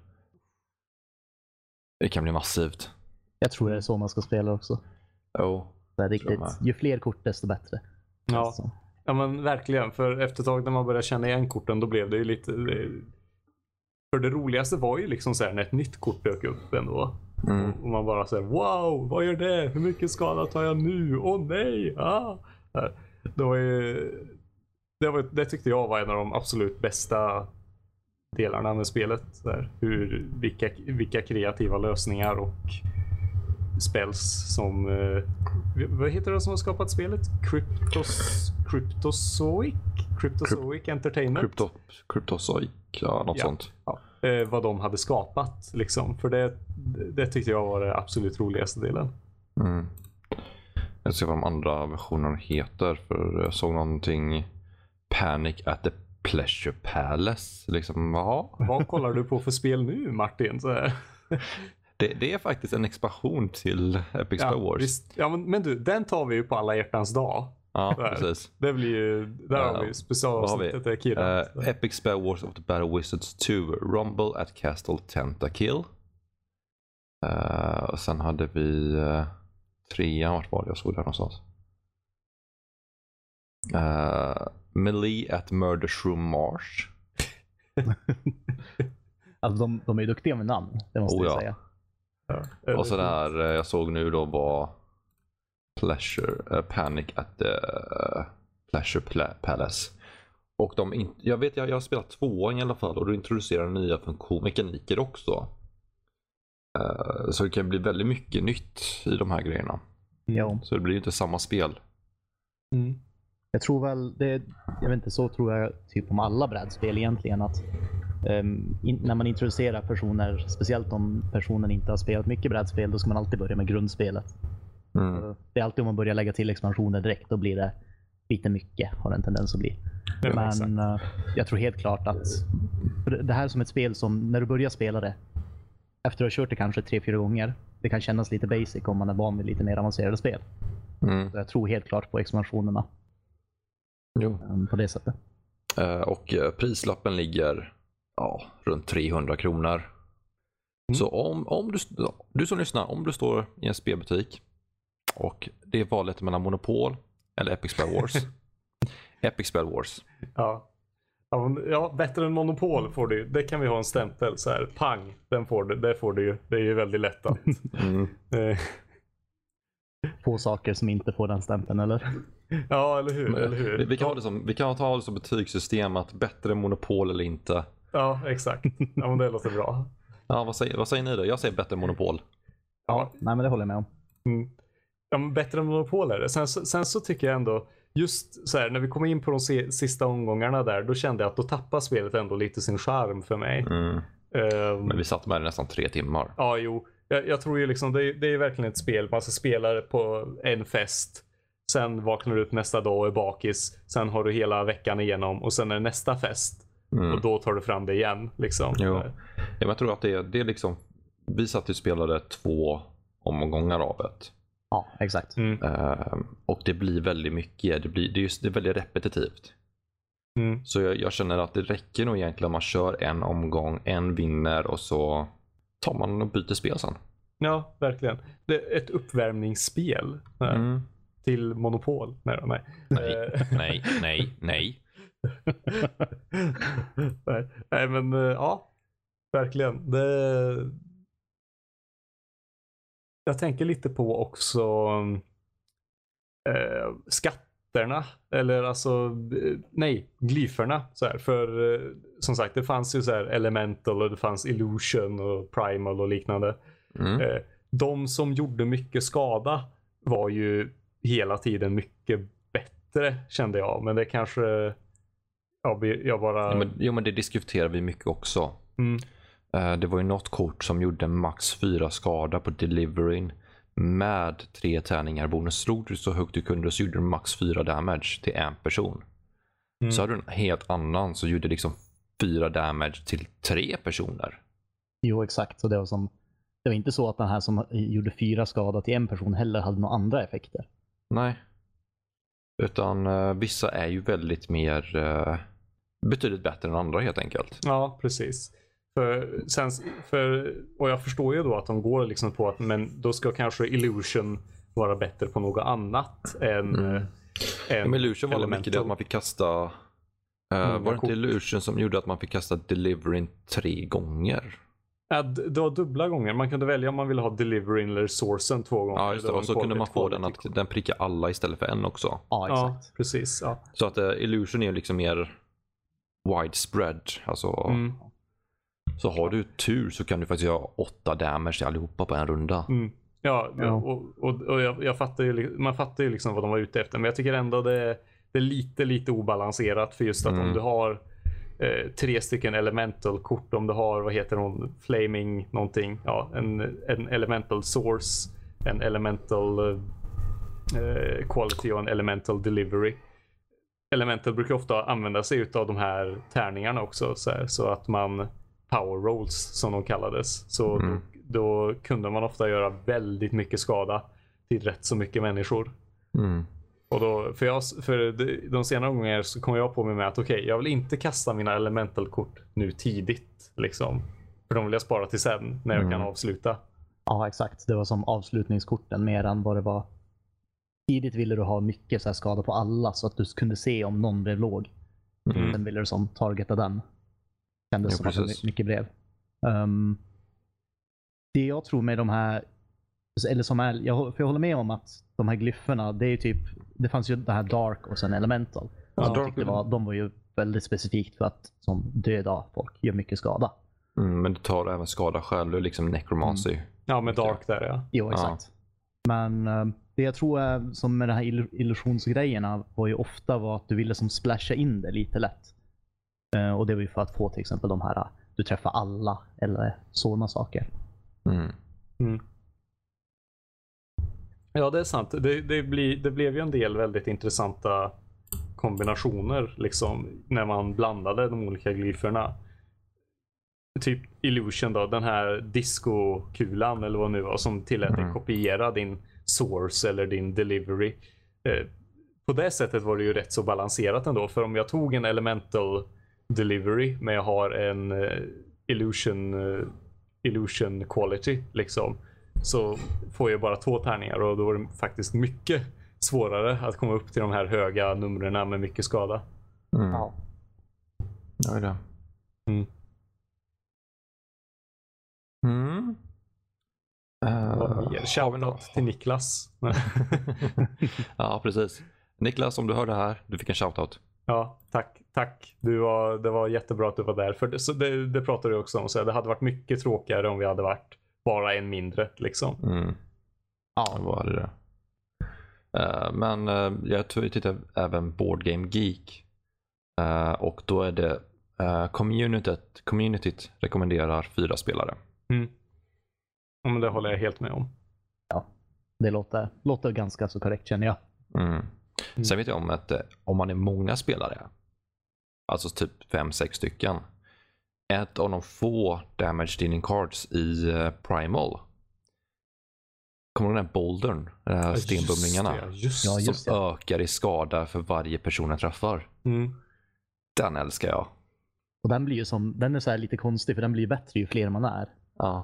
Det kan bli massivt. Jag tror det är så man ska spela också. Jo. Det är riktigt. med. Ju fler kort desto bättre. Ja. Så. Ja men verkligen, för efter ett tag när man började känna igen korten då blev det ju lite det, för det roligaste var ju liksom så här när ett nytt kort dök upp ändå. Mm. Och man bara säger wow, vad gör det? Hur mycket skada tar jag nu? Åh nej! Ah! Det, var ju, det, var, det tyckte jag var en av de absolut bästa delarna med spelet. Så här, hur, vilka, vilka kreativa lösningar och spells som eh, vad heter det som har skapat spelet? Cryptos, Cryptozoic? Cryptozoic Entertainment? Crypto, Cryptozoic, ja något Ja. sånt. Ja. Eh, vad de hade skapat liksom. För det, det tyckte jag var det absolut roligaste delen. Mm. Jag ser vad de andra versionerna heter, för jag såg någonting Panic at the Pleasure Palace. Liksom, ja. Vad kollar du på för spel nu Martin? Så här. Det, det är faktiskt en expansion till Epic Star Ja, Wars. visst. Ja, men, men du, den tar vi ju på alla hjärtans dag. Ja, Där. precis. Det blir ju, där har Ja, vi specialavsnittet där Kira. Uh, Epic Spell Wars of the Battle Wizards two, Rumble at Castle Tentakill. Uh, och sen hade vi uh, trean, vart var det? Jag såg det någonstans. Uh, Melee at Murdershroom Marsh. Alltså de, de är duktiga med namn, det måste Oh, jag ja. säga. Ja, Och så där, uh, jag såg nu då var Pleasure, uh, Panic at the uh, Pleasure Pla- Palace. Och de in- jag vet, jag, jag har spelat tvåan i alla fall och du introducerar nya funktion- mekaniker också. Uh, så det kan bli väldigt mycket nytt i de här grejerna. Ja. Så det blir ju inte samma spel. Mm. Jag tror väl, det, jag vet inte, så tror jag typ om alla brädspel egentligen att um, in, när man introducerar personer, speciellt om personen inte har spelat mycket brädspel, då ska man alltid börja med grundspelet. Mm. Det är alltid om man börjar lägga till expansioner direkt, då blir det lite mycket, har en tendens att bli. Ja, exakt. Men uh, jag tror helt klart att för det här är som ett spel som när du börjar spela det, efter att ha kört det kanske tre, fyra gånger, det kan kännas lite basic om man är van vid lite mer avancerade spel. Mm. Så jag tror helt klart på expansionerna Jo. um, på det sättet. Uh, och uh, prislappen ligger ja, runt trehundra kronor. Mm. Så om, om du, du som lyssnar, om du står i en spelbutik Och det är valet mellan Monopol eller Epic Spell Wars. Epic Spell Wars. Ja. Ja, men, ja, bättre än Monopol får du. Det kan vi ha en stämpel så här. Pang, den får du. Det får du ju. Det är ju väldigt lätt att... Mm. eh, Få saker som inte får den stämpeln, eller? ja, eller hur? Men, eller hur? Vi, vi, kan ha det som, vi kan ta det som betygssystem att bättre Monopol eller inte. Ja, exakt. Ja, men det låter bra. Ja, vad säger, vad säger ni då? Jag säger bättre Monopol. Ja, Nej, men det håller jag med om. mm. Ja, men bättre än Monopol är det. Sen, sen så tycker jag ändå, just så här, när vi kommer in på de se, sista omgångarna där, då kände jag att då tappar spelet ändå lite sin charm för mig. Mm. Um, Men vi satt med det nästan tre timmar. Ja, jo. Jag, jag tror ju liksom, det, är- det är verkligen ett spel. Man ska spela det på en fest. Sen vaknar du upp nästa dag och är bakis. Sen har du hela veckan igenom och sen är det nästa fest. Mm. Och då tar du fram det igen. Liksom. Jo. Ja, men jag tror att det är, det är liksom, vi satt och spelade två omgångar av det. Ja, exakt. Mm. Ehm, och det blir väldigt mycket, det, blir, det, är just, det är väldigt repetitivt. Mm. Så jag, jag känner att det räcker nog egentligen om man kör en omgång, en vinner och så tar man och byter spel sen. Ja, verkligen. Det är ett uppvärmningsspel eh, Mm. till Monopol. Nej, då, nej. Nej, Eh, nej, nej, nej. nej. nej, men eh, ja. Verkligen. Det... Jag tänker lite på också eh, skatterna. Eller alltså, eh, nej, glyferna. Så här. För eh, som sagt, det fanns ju så här elemental och det fanns illusion och primal och liknande. Mm. Eh, de som gjorde mycket skada var ju hela tiden mycket bättre, kände jag. Men det kanske ja, jag bara... Ja, men, jo, men det diskuterar vi mycket också. Mm. Eh, det var ju något kort som gjorde max fyra skada på deliveryn med tre tärningar bonus. Slog du så högt du kunde så gjorde du max fyra damage till en person. Mm. Så hade du en helt annan så gjorde liksom fyra damage till tre personer. Jo, exakt. Så det var som... Det var inte så att den här som gjorde fyra skada till en person heller hade några andra effekter. Nej. Utan eh, vissa är ju väldigt mer eh, betydligt bättre än andra helt enkelt. Ja, precis. För, sen, för, och jag förstår ju då att de går liksom på att men då ska kanske illusion vara bättre på något annat än, Mm. än Ja, men illusion var mycket det att man fick kasta uh, var det inte kort. illusion som gjorde att man fick kasta deliveryn tre gånger? Ja, d- det var dubbla gånger. Man kunde välja om man ville ha delivery eller sourcen två gånger. Ja, just det. var Och så en kunde man få quality den kort. att den prickar alla istället för en också. Ja, Ja, exakt. precis. Ja. Så att uh, illusion är liksom mer widespread. Alltså, Mm. så har du tur så kan du faktiskt göra åtta damage till allihopa på en runda. Mm. Ja, Ja. och, och, och jag, jag fattar ju, li- man fattar ju liksom vad de var ute efter. Men jag tycker ändå det, det är lite, lite obalanserat. För just att Mm. om du har eh, tre stycken elemental-kort. Om du har, vad heter hon, flaming någonting. Ja, en, en elemental source. En elemental eh, quality och en elemental delivery. Elemental brukar ofta använda sig av de här tärningarna också. Så, här, så att man power rolls som de kallades. Så Mm. då, då kunde man ofta göra väldigt mycket skada till rätt så mycket människor. Mm. Och då, för, jag, för de, de senare gångerna så kom jag på mig med att okej, okay, jag vill inte kasta mina elemental-kort nu tidigt. Liksom. För de vill jag spara till sen när jag Mm. kan avsluta. Ja, exakt. Det var som avslutningskorten mer än vad det var. Tidigt ville du ha mycket så här skada på alla så att du kunde se om någon blev låg. Mm. Sen ville du som targeta den. Kändes Ja, som att det precis. my- mycket blev. Um, det jag tror med de här, eller som är, jag, för jag håller med om att de här glyfferna, det är ju typ, det fanns ju det här dark och sen elemental. Ja, Som jag dark tyckte och- var, de var ju väldigt specifikt för att som döda folk gör mycket skada. Mm, men det tar även skada själv, liksom necromancy. Ja, med Dark där ja. Jo, exakt. Men eh, det jag tror är som med de här ill- illusionsgrejerna var ju ofta var att du ville som splasha in det lite lätt. Eh, och det var ju för att få till exempel de här, du träffar alla eller sådana saker. Mm. Mm. Ja, det är sant. Det, det, blir, det blev ju en del väldigt intressanta kombinationer liksom när man blandade de olika glyferna. Typ Illusion då, den här disco-kulan eller vad det nu var som tillät dig Mm. kopiera din source eller din delivery. Eh, på det sättet var det ju rätt så balanserat ändå. För om jag tog en elemental delivery men jag har en eh, illusion, eh, illusion quality liksom. så får jag bara två tärningar och då är det faktiskt mycket svårare att komma upp till de här höga numren med mycket skada. Mm. Ja. Ja, det är det. Mm. Mm. Uh, Vad mer? Shoutout till Niklas. Ja, precis. Niklas, om du hör det här, du fick en shoutout. Ja, tack. Tack. Du var, det var jättebra att du var där. För det, så det, det pratade du också om. Så det hade varit mycket tråkigare om vi hade varit bara en mindre. Liksom. Mm. Ja. Det var det. Uh, men uh, jag tror jag tittar även Board Game Geek. Uh, och då är det uh, communityt, communityt rekommenderar fyra spelare. Mm. Ja, men det håller jag helt med om. Det låter, låter ganska så korrekt, känner jag. Mm. Mm. Sen vet jag om att eh, om man är många spelare, alltså typ fem sex stycken, ett av de få damage dealing cards i uh, Primal, kommer den här bouldern, de här stenbumlingarna, Ja, just Ja, det. just som det. ökar i skada för varje person den träffar. Mm. Den älskar jag. Och den blir ju som, den är så här lite konstig för den blir ju bättre ju fler man är. Ja.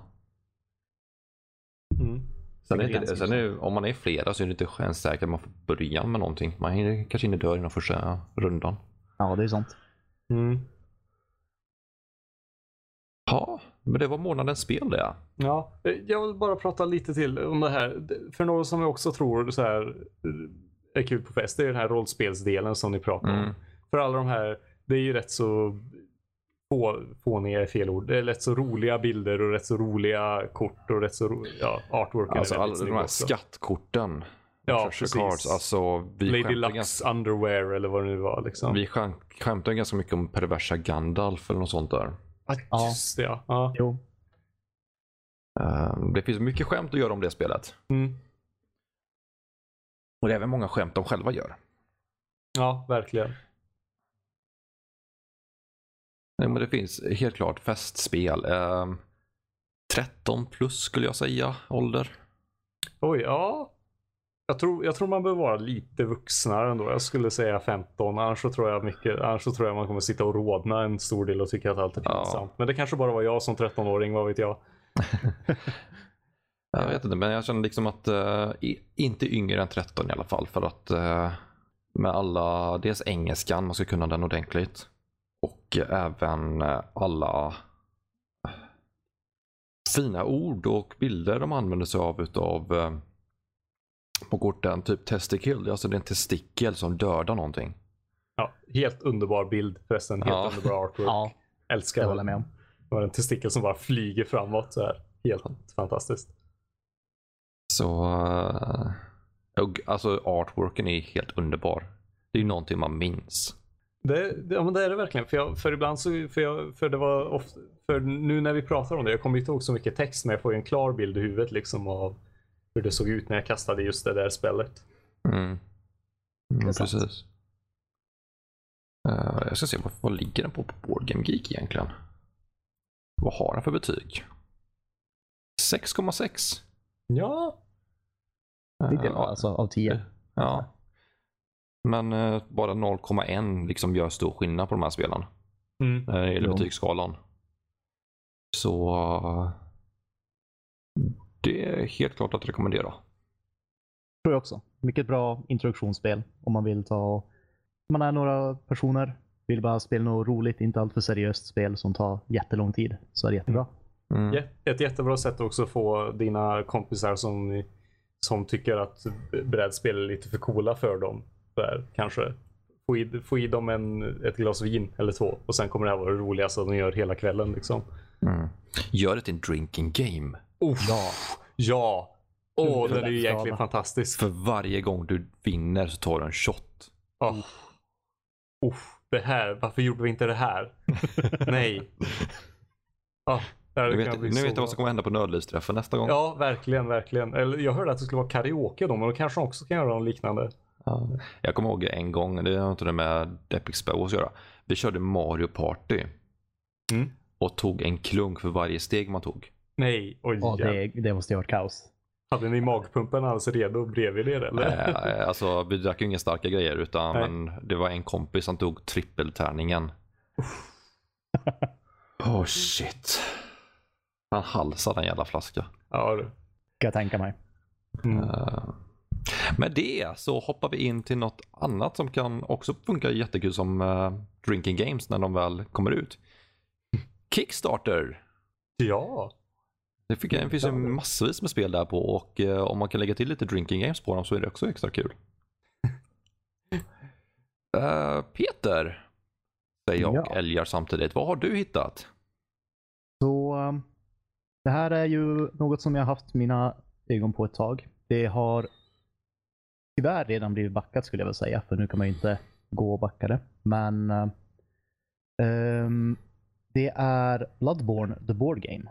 Mm. Sen, Det är är det, ganska sen är, om man är flera så är det inte ens säkert att man får börja med någonting. Man hinner, kanske inte dör inom första rundan. Ja, det är sant. Mm. Ja, men det var månadens spel det. Ja, eh, jag vill bara prata lite till om det här. För något som jag också tror så här, eh, är kul på fest, det är den här rollspelsdelen som ni pratar om. Mm. För alla de här, det är ju rätt så få, fåniga är fel ord. Det är rätt så roliga bilder och rätt så roliga kort och rätt så ro, ja, artworken Alltså är alla väldigt de snygg här också. skattkorten. Ja, Treasure precis. cards. Alltså, vi Lady skämtar, Lux ganska, underwear eller vad det nu var liksom. vi skäm, skämtar ganska mycket om perversa Gandalf eller något sånt där. Ah, Ja. just det, ja. ja. Jo. Uh, det finns mycket skämt att göra om det spelet. Mm. Och det är även många skämt de själva gör. Ja, verkligen. Nej, men det finns helt klart festspel. Uh, tretton plus skulle jag säga, ålder. Oj, ja. Jag tror, jag tror man behöver vara lite vuxnare ändå. Jag skulle säga femton. Annars så tror jag mycket, annars så tror jag man kommer sitta och rodna en stor del och tycka att allt är Ja. pinsamt. Men det kanske bara var jag som tretton-åring, vad vet jag. Jag vet inte, men jag känner liksom att uh, i, inte yngre än tretton i alla fall. För att uh, med alla, dels engelskan, man ska kunna den ordentligt. Och uh, även uh, alla fina ord och bilder de använder sig av utav uh, på korten, typ testicle, alltså det är en testikel som dödar någonting. Ja, helt underbar bild förresten. Helt Ja. underbar artwork. Ja, Älskar det det. håller jag med om. Det var en testikel som bara flyger framåt så här. Helt fantastiskt. Så uh, och, alltså artworken är helt underbar. Det är ju någonting man minns. Det, det, ja, men det är det verkligen. För, jag, för ibland så, för, jag, för det var ofta, för nu när vi pratar om det, jag kommer inte ihåg så mycket text, men jag får ju en klar bild i huvudet liksom av hur det såg ut när jag kastade just det där spelet. Mm. Mm, är sant. precis. Uh, jag ska se, vad, vad ligger den på på Board Game Geek egentligen? Vad har den för betyg? sex komma sex. Ja. Det är Uh, bra, alltså av tio. Ja. Men uh, bara noll komma ett liksom gör stor skillnad på de här spelen. Mm. När det gäller Jo. betygsskalan. Så uh, det är helt klart att rekommendera. Tror jag också. Mycket bra introduktionsspel om man vill ta... Man är några personer, vill bara spela något roligt, inte allt för seriöst spel som tar jättelång tid. Så är det jättebra. Mm. Jä- Ett jättebra sätt också att få dina kompisar som, som tycker att brädspel är lite för coola för dem. Där, kanske få i, få i dem en, ett glas vin eller två och sen kommer det här vara det roligaste de gör hela kvällen. Liksom. Mm. Gör det till en drinking game. Ja. Ja. Åh, Mm, den är ju skada. egentligen fantastisk. För varje gång du vinner så tar du en shot. Oh. Oh, det här, varför gjorde vi inte det här? Nej. Oh, det här Nu kan vet, bli nu så vet jag bra. vad som kommer hända på nödlivsträffen nästa gång. Ja, verkligen, verkligen. Eller, jag hörde att det skulle vara karaoke då, men då kanske de också kan göra något liknande. Ja. Jag kommer ihåg en gång, det har inte det med Epic Spells att göra. Vi körde Mario Party. Mm. Och tog en klunk för varje steg man tog. Nej, oj. Ja, Ja, det, det måste ju ha varit kaos. hade ni magpumpen alls redo bredvid er eller? äh, alltså vi drack ju inga starka grejer utan Nej. men det var en kompis som tog trippeltärningen. Oh shit. Han halsade en jävla flaska. Ja, du. Ska jag tänka mig. Mm. Uh, med det så hoppar vi in till något annat som kan också funka jättekul som uh, drinking games när de väl kommer ut. Kickstarter. Ja. Det, fick, det finns ju massvis med spel där på och uh, om man kan lägga till lite drinking games på dem så är det också extra kul. uh, Peter, säger jag och Ja. älgar samtidigt. Vad har du hittat? Så um, det här är ju något som jag har haft mina ögon på ett tag. Det har tyvärr redan blivit backat skulle jag väl säga, för nu kan man ju inte gå och backa det. Men uh, um, det är Bloodborne the Board Game.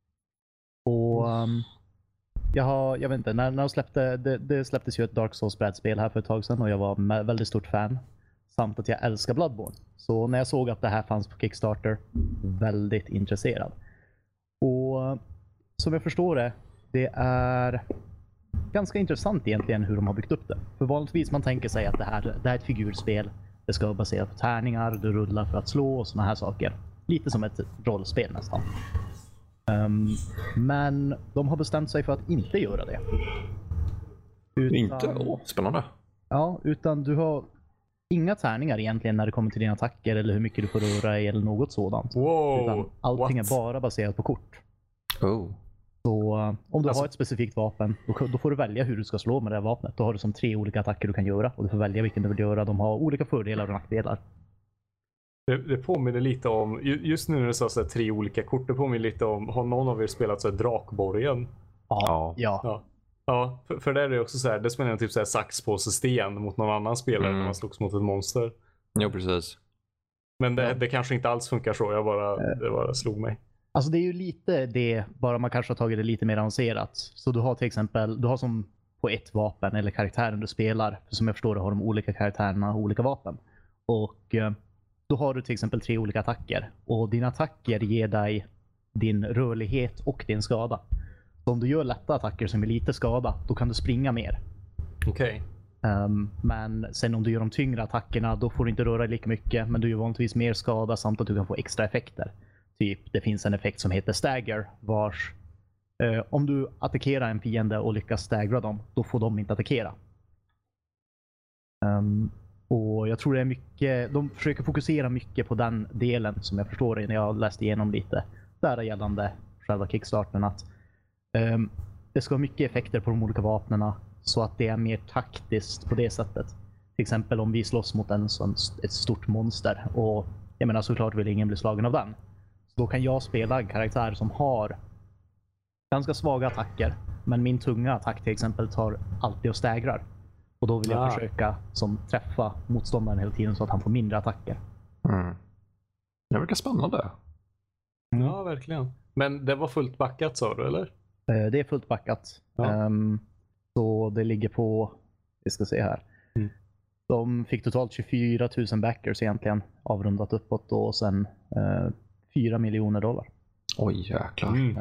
Och um, jag har, jag vet inte, när, när de släppte, det, det släpptes ju ett Dark Souls brädspel här för ett tag sedan och jag var med, väldigt stort fan. Samt att jag älskar Bloodborne. Så när jag såg att det här fanns på Kickstarter, väldigt intresserad. Och som jag förstår det, det är ganska intressant egentligen hur de har byggt upp det. För vanligtvis man tänker sig att det här, det här är ett figurspel. Det ska vara baserat på tärningar, du rullar för att slå och såna här saker. Lite som ett rollspel nästan. Um, men de har bestämt sig för att inte göra det. Utan, Inte? Åh, spännande. Ja, utan du har inga tärningar egentligen när det kommer till dina attacker eller hur mycket du får röra dig eller något sådant. Wow. Utan allting What? är bara baserat på kort. Oh. Så uh, om du Alltså- har ett specifikt vapen, då, då får du välja hur du ska slå med det här vapnet. Då har du som tre olika attacker du kan göra och du får välja vilken du vill göra. De har olika fördelar och nackdelar. Det, det påminner lite om, ju- just nu när du sa så här, tre olika kort, det påminner lite om, har någon av er spelat så här, Drakborgen? Ja. Ja. Ja. Ja, för, för där är det också så här, det spelar typ så här sax, påse, sten mot någon annan spelare Mm. när man slogs mot ett monster. Jo, precis. Men det, Ja. det kanske inte alls funkar så, jag bara, det bara slog mig. Alltså det är ju lite det, bara man kanske har tagit det lite mer avancerat. Så du har till exempel, du har som på ett vapen eller karaktären du spelar. För som jag förstår det har de olika karaktärerna olika vapen. Och eh, då har du till exempel tre olika attacker. Och dina attacker ger dig din rörlighet och din skada. Så om du gör lätta attacker som är lite skada, då kan du springa mer. Okej. Um, men sen om du gör de tyngre attackerna, då får du inte röra dig lika mycket. Men du gör vanligtvis mer skada samt att du kan få extra effekter. Typ, det finns en effekt som heter stagger, vars eh, om du attackerar en fiende och lyckas staggra dem, då får de inte attackera. Um, och jag tror det är mycket, de försöker fokusera mycket på den delen som jag förstår det när jag läst igenom lite. Där gällande själva kickstarten att um, det ska vara mycket effekter på de olika vapnena så att det är mer taktiskt på det sättet. Till exempel om vi slåss mot en sån, ett stort monster och jag menar såklart vill ingen bli slagen av den. Då kan jag spela en karaktär som har ganska svaga attacker. Men min tunga attack till exempel tar alltid och stägrar. Och då vill jag Ah. försöka som träffa motståndaren hela tiden så att han får mindre attacker. Mm. Det verkar spännande. Ja, verkligen. Men det var fullt backat sa du, eller? Eh, Det är fullt backat. Ja. Ehm, så det ligger på, vi ska se här. Mm. De fick totalt tjugofyra tusen backers egentligen. Avrundat uppåt då, och sen eh, fyra miljoner dollar. Oj, jäklar. Mm.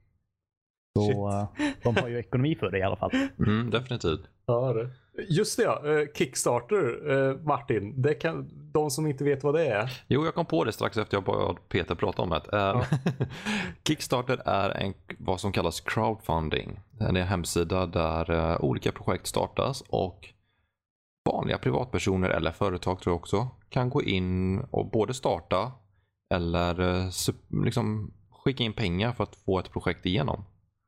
Så eh, de har ju ekonomi för det i alla fall. Mm, definitivt. Ja, det. Just det ja, eh, Kickstarter, eh, Martin. Det kan, de som inte vet vad det är. Jo, jag kom på det strax efter jag bad Peter prata om det. Eh, Kickstarter är en, vad som kallas crowdfunding. Det är en hemsida där eh, olika projekt startas och vanliga privatpersoner eller företag tror jag också kan gå in och både starta eller eh, sup- liksom skicka in pengar för att få ett projekt igenom.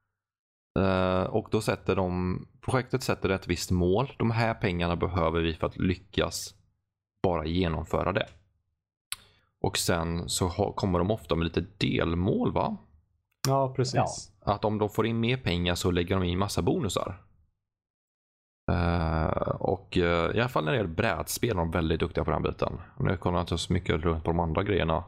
Uh, och då sätter de, projektet sätter ett visst mål. De här pengarna behöver vi för att lyckas bara genomföra det. Och sen så ha, kommer de ofta med lite delmål, va? Ja, precis. Ja. Att om de får in mer pengar så lägger de in massa bonusar. Uh, och uh, i alla fall när det gäller brädspel är de väldigt duktiga på den biten. Nu kollar jag inte så mycket runt på de andra grejerna.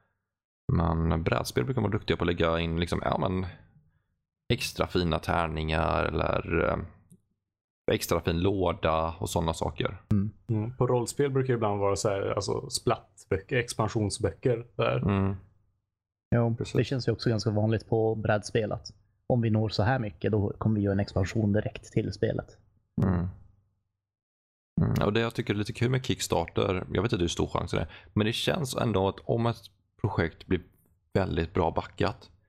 Men brädspel brukar vara duktiga på att lägga in liksom, ja men extra fina tärningar eller eh, extra fin låda och sådana saker. Mm. På rollspel brukar det ibland vara så här, alltså splattböcker, expansionsböcker där. Mm. Jo, Precis. det känns ju också ganska vanligt på brädspel att om vi når så här mycket då kommer vi göra en expansion direkt till spelet. Mm. Mm. Och det jag tycker är lite kul med Kickstarter, jag vet inte hur stor chans det är, men det känns ändå att om ett projekt blir väldigt bra backat,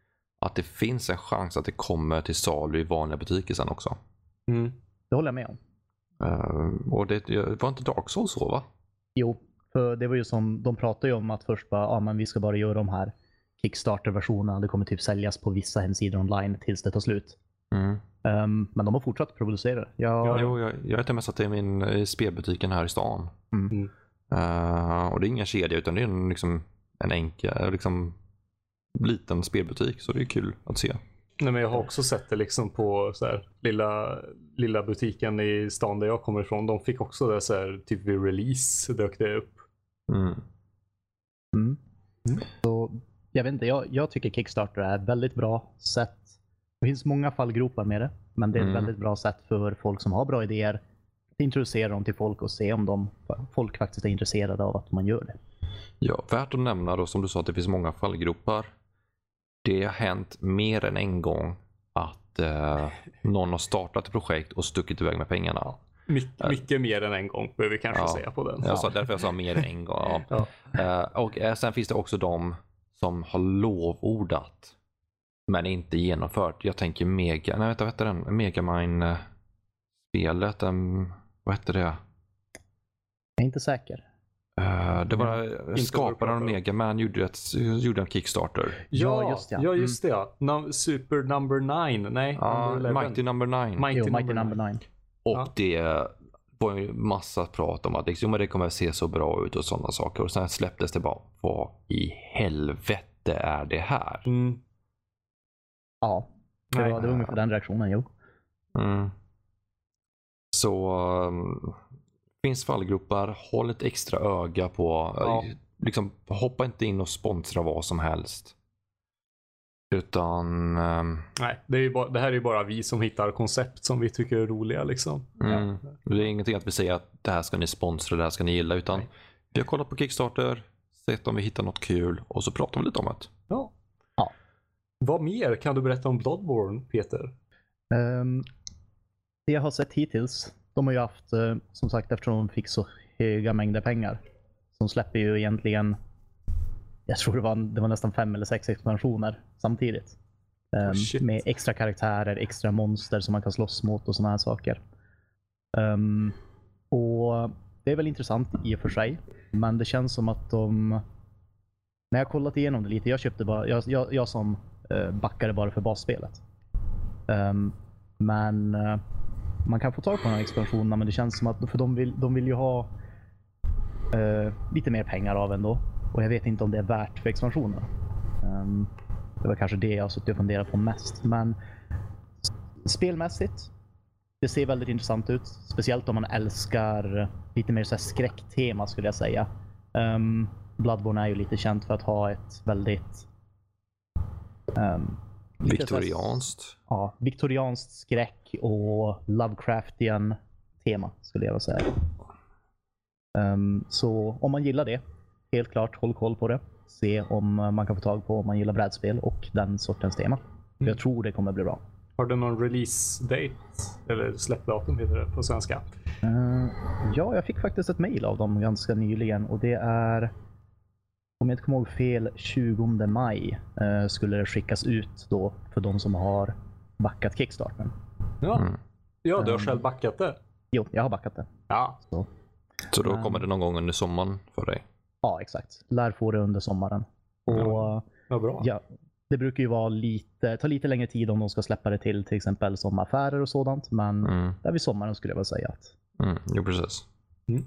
att det finns en chans att det kommer till salu i vanliga butiker sen också. Mm. Det håller jag med om. Uh, och det, det var inte Dark Souls så, va? Jo, för det var ju som, de pratade ju om att först bara, ja men vi ska bara göra de här Kickstarter-versionerna. Det kommer typ säljas på vissa hemsidor online tills det tar slut. Mm. Um, men de har fortsatt producera det. Jag... Ja, jo, jag, jag är till och med satt i min i spelbutiken här i stan. Mm. Mm. Uh, och det är ingen kedja utan det är en, liksom, en enkel, liksom, liten spelbutik. Så det är kul att se. Nej, men jag har också sett det liksom på så här, lilla, lilla butiken i stan där jag kommer ifrån. De fick också det så här, typ vid release dök det upp. Mm. Mm. Mm. Så, jag vet inte, jag, jag tycker Kickstarter är ett väldigt bra sätt. Det finns många fallgropar med det, men det är ett Mm. väldigt bra sätt för folk som har bra idéer att introducera dem till folk och se om de, folk faktiskt är intresserade av att man gör det. Ja, värt att nämna då som du sa att det finns många fallgropar. Det har hänt mer än en gång att eh, någon har startat ett projekt och stuckit iväg med pengarna. My- Ja. Mycket mer än en gång behöver vi kanske Ja. säga på den. Jag sa, därför jag sa mer än en gång. Ja. Ja. Eh, och eh, sen finns det också de som har lovordat men inte genomfört. Jag tänker Mega, nej vänta, vad heter den? Megamind-spelet, um, vad heter det? Jag är inte säker. Uh, det var vad du skaparen pratar av om. Megaman gjorde, ett, gjorde en Kickstarter. Ja, Ja, just just det. det. Ja, just det. Ja. Num- Super number nine. Nej, Ja, number eleven. Mighty Number Nine. Mighty, Jo, number, Mighty nine. Number Nine. Och Ja. det var ju massa prat om att liksom, men det kommer att se så bra ut och sådana saker. Och sen släpptes det bara, vad i helvete är det här? Mm. Ja, det Nej. var, det var ungefär den reaktionen, jo. Mm. Så um, finns fallgropar, håll ett extra öga på, Ja. liksom hoppa inte in och sponsra vad som helst. Utan um, Nej, det, är ju bara, det här är ju bara vi som hittar koncept som vi tycker är roliga liksom. mm, det är ingenting att vi säger att det här ska ni sponsra, det här ska ni gilla, utan Nej. vi har kollat på Kickstarter, sett om vi hittar något kul och så pratar vi lite om det. Ja. Ja. Vad mer kan du berätta om Bloodborne, Peter? Um, det jag har sett hittills, de har ju haft, uh, som sagt, eftersom de fick så höga mängder pengar. De släpper ju egentligen, jag tror det var, det var nästan fem eller sex expansioner samtidigt. Um, Oh, shit. med extra karaktärer, extra monster som man kan slåss mot och såna här saker. Um, och det är väl intressant i och för sig, men det känns som att de, när jag kollat igenom det lite, jag köpte bara, jag, jag, jag som uh, backade bara för basspelet. Um, men uh, man kan få tag på de här expansionerna, men det känns som att för de vill, de vill ju ha uh, lite mer pengar av ändå. Och jag vet inte om det är värt för expansionerna. Um, det var kanske det jag har suttit och funderat på mest. Men spelmässigt, det ser väldigt intressant ut. Speciellt om man älskar lite mer så här skräcktema skulle jag säga. Um, Bloodborne är ju lite känt för att ha ett väldigt um, lite så här- Viktorianskt. Ja, viktorianskt skräck och Lovecraftian tema skulle jag vilja säga. Um, så om man gillar det, helt klart håll koll på det. Se om man kan få tag på om man gillar brädspel och den sortens tema. Mm. Jag tror det kommer bli bra. Har du någon release date? Eller släppdatum heter det på svenska. Uh, ja, jag fick faktiskt ett mejl av dem ganska nyligen och det är, om jag inte kommer ihåg fel, tjugonde maj uh, skulle det skickas ut då för de som har backat Kickstarten. Ja, Mm. ja du har Um, själv backat det. Jo, jag har backat det. Ja. Så. Så då Men- kommer det någon gång under sommaren för dig. Ja, exakt. Lär få det under sommaren. Och Ja. Vad bra. ja, det brukar ju vara lite, ta lite längre tid om de ska släppa det till till exempel som affärer och sådant. Men Mm. där vid sommaren skulle jag väl säga att. Mm. Jo, precis. Mm.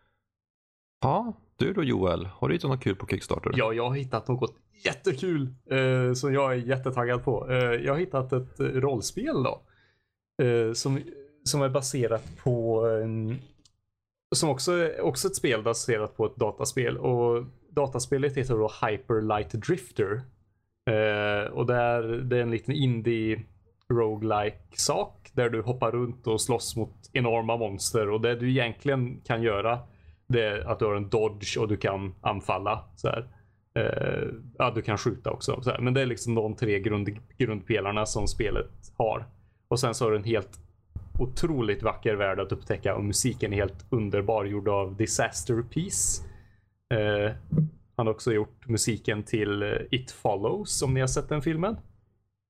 Ja, du då Joel, har du hittat något kul på Kickstarter? Ja, jag har hittat något jättekul eh, som jag är jättetaggad på. Eh, jag har hittat ett eh, rollspel då. Eh, som, som är baserat på en, som också är också ett spel baserat på ett dataspel. Och dataspelet heter då Hyper Light Drifter. Eh, och det är, det är en liten indie roguelike sak där du hoppar runt och slåss mot enorma monster. Och det du egentligen kan göra, det är att du har en dodge och du kan anfalla. Så här. Eh, ja, du kan skjuta också. Så här. Men det är liksom de tre grund, grundpelarna som spelet har. Och sen så har du en helt otroligt vacker värld att upptäcka. Och musiken är helt underbar, gjord av Disaster Piece. Eh, han har också gjort musiken till It Follows, om ni har sett den filmen.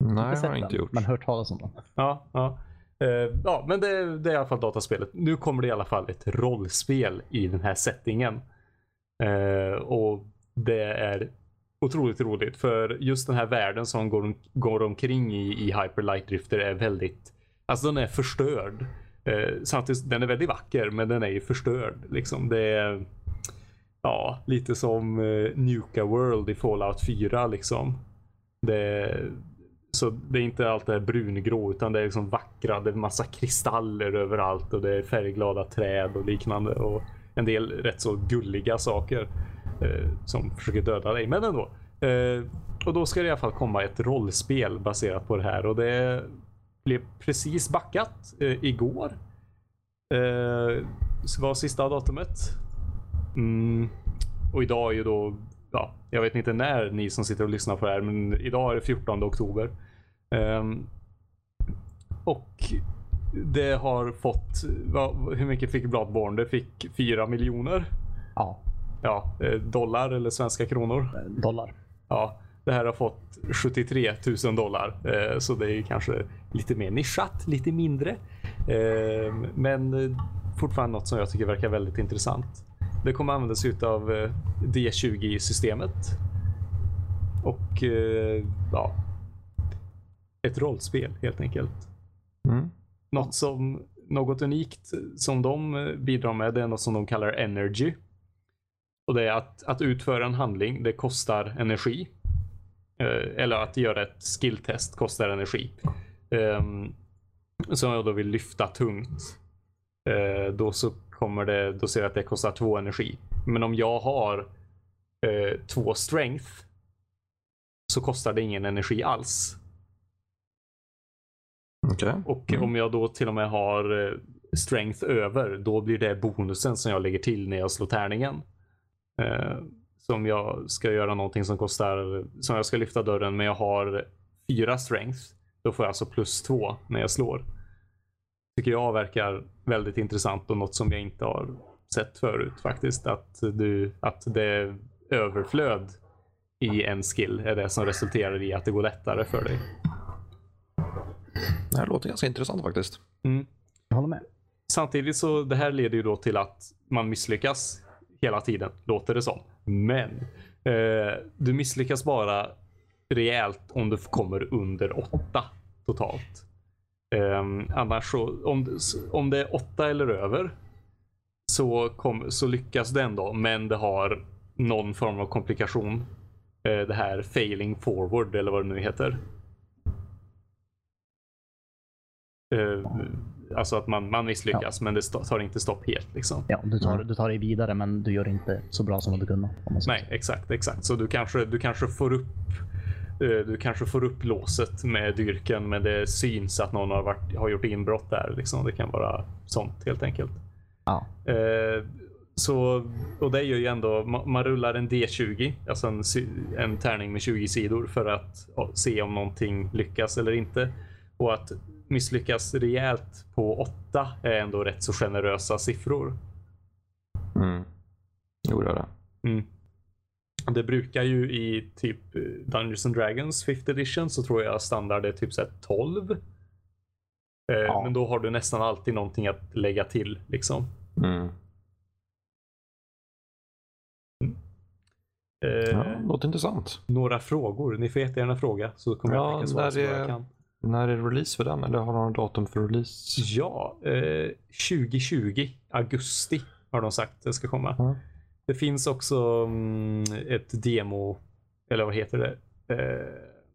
Nej, jag sett har inte den, gjort. men hört talas om den. Ja, ja. Uh, ja, men det, det är i alla fall dataspelet. Nu kommer det i alla fall ett rollspel i den här settingen. Uh, och det är otroligt roligt, för just den här världen som går, går omkring i, i Hyper Light Drifter är väldigt, alltså den är förstörd. Uh, samtidigt, den är väldigt vacker, men den är ju förstörd. Liksom. Det är ja, lite som uh, Nuka World i Fallout fyra liksom. Det Så det är inte allt det här brungrå, utan det är liksom vackra, det är massa kristaller överallt och det är färgglada träd och liknande och en del rätt så gulliga saker eh, som försöker döda dig, men ändå. Eh, och då ska det i alla fall komma ett rollspel baserat på det här, och det blev precis backat eh, igår. Eh, så var sista datumet. Mm. Och idag är ju då, ja, jag vet inte när ni som sitter och lyssnar på det här, men idag är det fjortonde oktober. Um, och det har fått, vad, hur mycket fick Bloodborne? Det fick fyra miljoner. Ja. Ja, dollar eller svenska kronor. Dollar. Ja, det här har fått sjuttiotre tusen dollar. Uh, så det är kanske lite mer nischat, lite mindre. Uh, men fortfarande något som jag tycker verkar väldigt intressant. Det kommer användas ut av D tjugo-systemet. Och ja, ett rollspel helt enkelt. Mm. Något som något unikt som de bidrar med, det är något som de kallar energy. Och det är att, att utföra en handling, det kostar energi. Eller att göra ett skilltest kostar energi. Som jag då vill lyfta tungt. Då så kommer det, då ser jag att det kostar två energi. Men om jag har eh, två strength så kostar det ingen energi alls. Okay. Och mm. om jag då till och med har eh, strength över, då blir det bonusen som jag lägger till när jag slår tärningen. Eh, som jag ska göra någonting som kostar, som jag ska lyfta dörren, men jag har fyra strength, då får jag alltså plus två när jag slår. Tycker jag verkar väldigt intressant och något som jag inte har sett förut faktiskt. Att, du, att det överflöd i en skill är det som resulterar i att det går lättare för dig. Det här låter ganska intressant faktiskt. Mm. Jag håller med. Samtidigt så det här leder ju då till att man misslyckas hela tiden, låter det som. Men eh, du misslyckas bara rejält om du kommer under åtta totalt. Um, annars så, om, om det är åtta eller över så, kom, så lyckas det ändå, men det har någon form av komplikation. Uh, det här failing forward eller vad det nu heter. Uh, alltså att man, man misslyckas, ja. Men det tar inte stopp helt liksom. Ja, du tar, du tar dig vidare, men du gör det inte så bra som du kunde. Nej, exakt, exakt. Så du kanske, du kanske får upp Du kanske får upp låset med dyrken, men det syns att någon har, varit, har gjort inbrott där. Liksom. Det kan vara sånt helt enkelt. Ja. Eh, så, och det gör ju ändå, man, man rullar en D tjugo, alltså en, en tärning med tjugo sidor för att ja, se om någonting lyckas eller inte. Och att misslyckas rejält på åtta är ändå rätt så generösa siffror. Mm. Jo, det är det. Mm. Det brukar ju i typ Dungeons and Dragons fifth edition så tror jag standard är typ så här tolv. Eh, ja. Men då har du nästan alltid någonting att lägga till liksom. Mm. Mm. Eh, ja, låter intressant. Några frågor. Ni får jättegärna fråga så kommer ja, jag skicka svar så jag kan. När är det release för den? Eller har de datum för release? Ja, eh, tjugo tjugo augusti har de sagt det ska komma. Mm. Det finns också um, ett demo, eller vad heter det? Eh,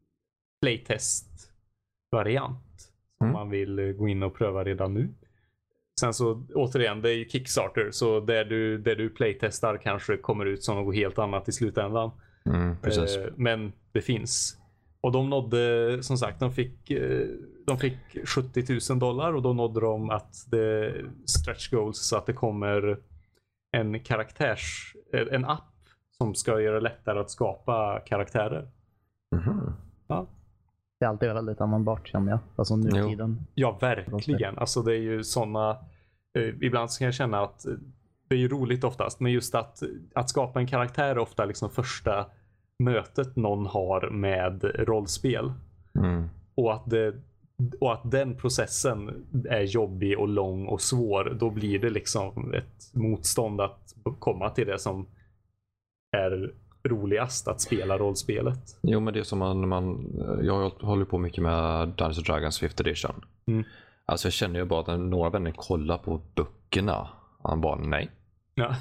playtest-variant. Som mm. man vill uh, gå in och pröva redan nu. Sen så återigen, det är ju Kickstarter. Så det du, det du playtestar kanske kommer ut som något helt annat i slutändan. Mm, precis. Eh, men det finns. Och de nådde, som sagt, de fick, eh, de fick sjuttio tusen dollar. Och då nådde de att det stretch goals så att det kommer en karaktärs, en app som ska göra det lättare att skapa karaktärer. Mm-hmm. Ja. Det är alltid väldigt användbart känner jag. Alltså nutiden. Ja, verkligen. Alltså det är ju sådana, eh, ibland så kan jag känna att det är ju roligt oftast, men just att, att skapa en karaktär är ofta liksom första mötet någon har med rollspel. Mm. och att det och att den processen är jobbig och lång och svår, då blir det liksom ett motstånd att komma till det som är roligast, att spela rollspelet. Jo, men det är som man, man jag håller på mycket med Dungeons and Dragons fifth edition. Mm. Alltså jag känner ju bara att när några vänner kollar på böckerna, han bara nej. Ja.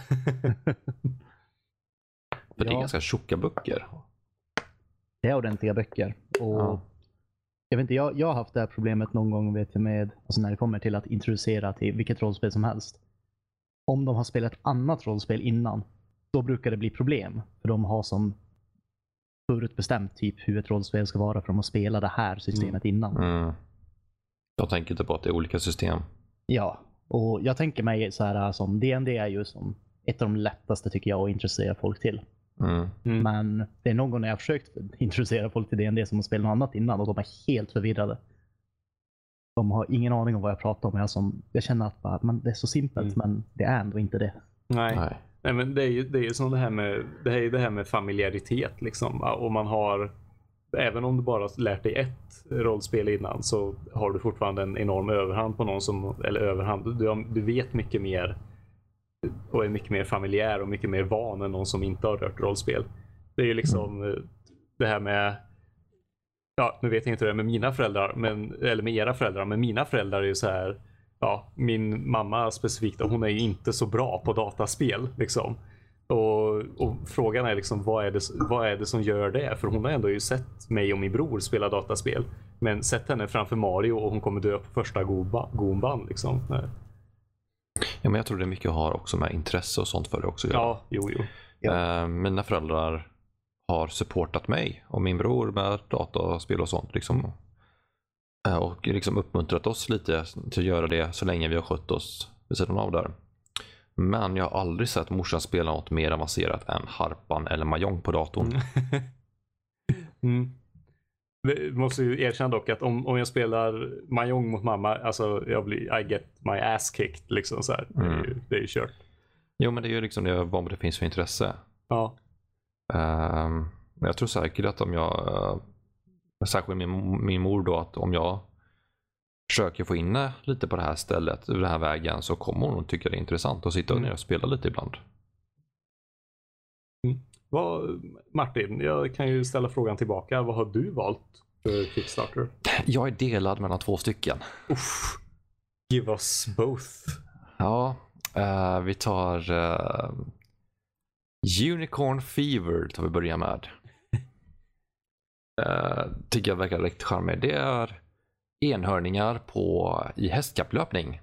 För det är Ja. ganska tjocka böcker. Det är ordentliga böcker. Och Ja. jag, vet inte, jag, jag har haft det här problemet någon gång, vet jag, med, alltså när det kommer till att introducera till vilket rollspel som helst. Om de har spelat ett annat rollspel innan, då brukar det bli problem. För de har som förutbestämt typ hur ett rollspel ska vara, för de har spelat det här systemet innan. Mm. Jag tänker inte på att det är olika system. Ja, och jag tänker mig så här som D and D är ju som ett av de lättaste tycker jag att introducera folk till. Mm. Mm. Men det är någon gång när jag har försökt introducera folk till D and D som har spelat något annat innan och de är helt förvirrade. De har ingen aning om vad jag pratar om. Jag, som, jag känner att bara, man, det är så simpelt, Mm. men det är ändå inte det. Nej. Nej. Nej, men det är ju det är ju som det här med det här, är det här med familjaritet liksom. Och man har, även om du bara lärt dig ett rollspel innan, så har du fortfarande en enorm överhand på någon som, eller överhand, du, har, du vet mycket mer och är mycket mer familjär och mycket mer van än någon som inte har rört rollspel. Det är ju liksom mm. det här med, ja, nu vet jag inte hur det är med mina föräldrar, men, eller med era föräldrar, men mina föräldrar är ju så här. Ja, min mamma specifikt, hon är ju inte så bra på dataspel liksom. Och, och frågan är liksom, vad är, det, vad är det som gör det? För hon har ändå ju sett mig och min bror spela dataspel. Men sett henne framför Mario och hon kommer dö på första gomban liksom. Ja, men jag tror det är mycket har också med intresse och sånt för det också. Ja, jo, jo. Ja. Uh, mina föräldrar har supportat mig och min bror med dataspel och sånt liksom. Och liksom uppmuntrat oss lite till att göra det så länge vi har skött oss vid sidan av där. Men jag har aldrig sett morsan spela något mer avancerat än harpan eller mahjong på datorn. Mm. Jag måste ju erkänna dock att om, om jag spelar mahjong mot mamma, alltså jag blir, I get my ass kicked liksom så här. Mm. Det är ju, det är ju kört. Jo, men det är ju liksom det, vad det finns för intresse. Ja. Um, jag tror säkert att om jag uh, särskilt min, min mor då, att om jag försöker få in lite på det här stället, den här vägen, så kommer hon tycka det är intressant att sitta mm. ner och spela lite ibland. Mm. Vad, Martin, jag kan ju ställa frågan tillbaka. Vad har du valt för Kickstarter? Jag är delad mellan två stycken. Uff. Give us both. Ja, uh, vi tar uh, Unicorn Fever tar vi börja med. Uh, tycker jag verkar riktigt charmig. Det är enhörningar på, i hästkapplöpning.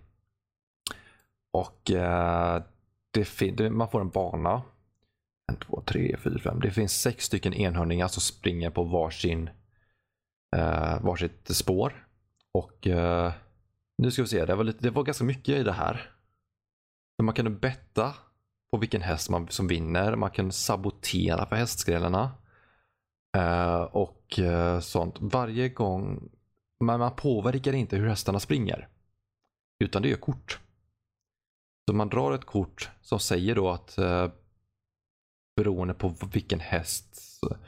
Och uh, det fin- det, man får en bana. En, två, tre, fyra, fem. Det finns sex stycken enhörningar som springer på varsin uh, varsitt spår. Och uh, nu ska vi se, det var, lite, det var ganska mycket i det här. Man kan betta på vilken häst man som vinner. Man kan sabotera för hästskrällarna. Uh, och uh, sånt. Varje gång, men man påverkar inte hur hästarna springer, utan det är kort. Så man drar ett kort som säger då att uh, beroende på vilken häst.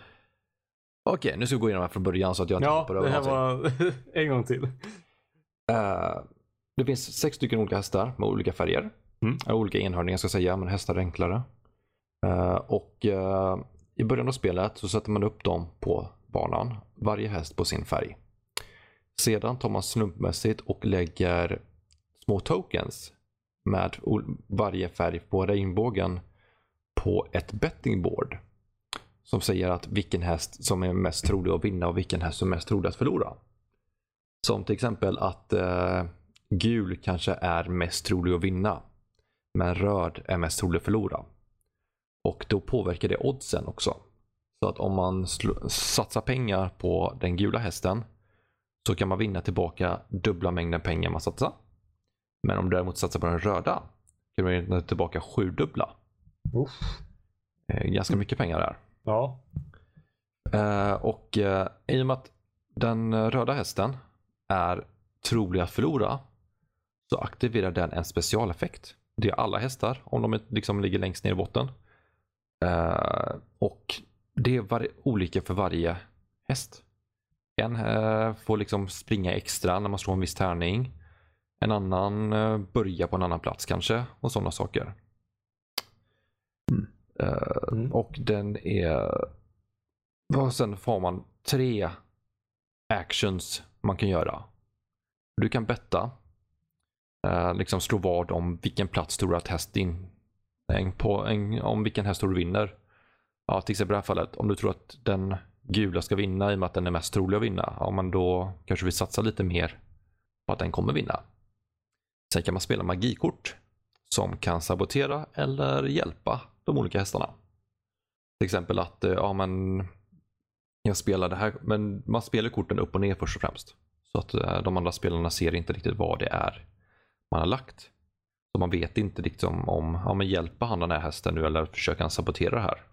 Okej, okay, nu ska vi gå igenom här från början så att jag inte ja, hoppar över det här någonting. var en gång till. Uh, det finns sex stycken olika hästar med olika färger. Mm. Olika enhörningar ska jag säga, men hästar är enklare. Uh, och uh, i början av spelet så sätter man upp dem på banan, varje häst på sin färg. Sedan tar man slumpmässigt och lägger små tokens med varje färg på regnbågen på ett bettingboard som säger att vilken häst som är mest trolig att vinna och vilken häst som är mest trolig att förlora. Som till exempel att uh, gul kanske är mest trolig att vinna, men röd är mest trolig att förlora. Och då påverkar det oddsen också. Så att om man sl- satsar pengar på den gula hästen så kan man vinna tillbaka dubbla mängden pengar man satsar. Men om du däremot satsar på den röda kan man vinna tillbaka sju dubbla. Uff. Eh, ganska mycket pengar där. Ja. Eh, och eh, i och med att den röda hästen är trolig att förlora så aktiverar den en specialeffekt. Det är alla hästar om de liksom ligger längst ner i botten. Uh, och det är var- olika för varje häst. En eh, får liksom springa extra när man slår en viss tärning. En annan eh, börjar på en annan plats kanske och sådana saker. Mm. Eh, Mm. Och den är... Och sen får man tre actions man kan göra. Du kan betta. Eh, liksom slå vad om vilken plats tror du att häst din... En på, en, om vilken häst tror du vinner. Ja, till exempel i det här fallet. Om du tror att den gula ska vinna i och med att den är mest trolig att vinna. Ja, men då kanske vi satsar lite mer på att den kommer vinna. Sen kan man spela magikort som kan sabotera eller hjälpa de olika hästarna. Till exempel att ja, men jag spelar det här, men man spelar korten upp och ner först och främst. Så att de andra spelarna ser inte riktigt vad det är man har lagt. Så man vet inte riktigt om, om ja, men hjälper han den här hästen nu eller försöker han sabotera det här.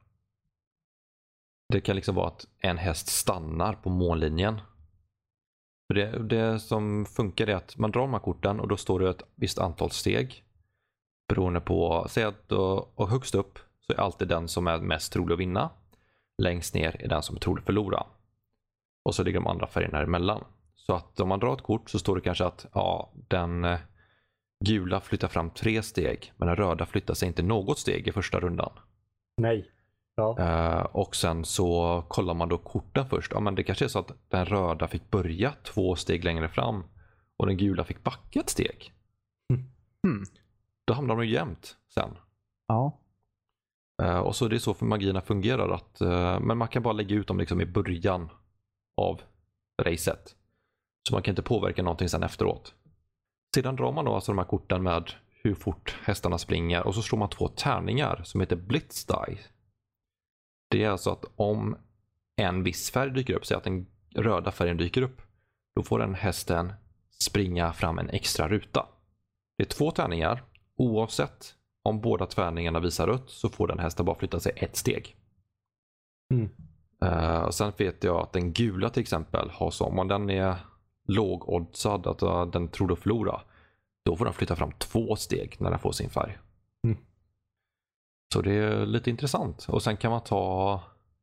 Det kan liksom vara att en häst stannar på mållinjen. För det, det som funkar är att man drar de här korten och då står det ett visst antal steg. Beroende på, säg att då, och högst upp så är alltid den som är mest trolig att vinna. Längst ner är den som är trolig att förlora. Och så ligger de andra färgerna emellan. Så att om man drar ett kort så står det kanske att ja, den eh, gula flyttar fram tre steg. Men den röda flyttar sig inte något steg i första rundan. Nej. Ja. Uh, och sen så kollar man då korten först. Ja, men det kanske är så att den röda fick börja två steg längre fram och den gula fick backa ett steg. Mm. Då hamnar de ju jämnt sen. Ja. Uh, och så är det så för magierna fungerar. Att, uh, men man kan bara lägga ut dem liksom i början av racet. Så man kan inte påverka någonting sen efteråt. Sedan drar man då alltså de här korten med hur fort hästarna springer. Och så slår man två tärningar som heter Blitz Die. Det är alltså att om en viss färg dyker upp, så att den röda färgen dyker upp, då får den hästen springa fram en extra ruta. Det är två tärningar. Oavsett om båda tärningarna visar rött så får den hästen bara flytta sig ett steg. Mm. Uh, och sen vet jag att den gula till exempel har som, om den är lågoddsad att uh, den tror att förlora, då får den flytta fram två steg när den får sin färg. Mm. Så det är lite intressant. Och sen kan man ta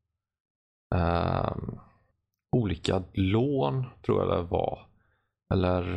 uh, olika lån, tror jag det var. Eller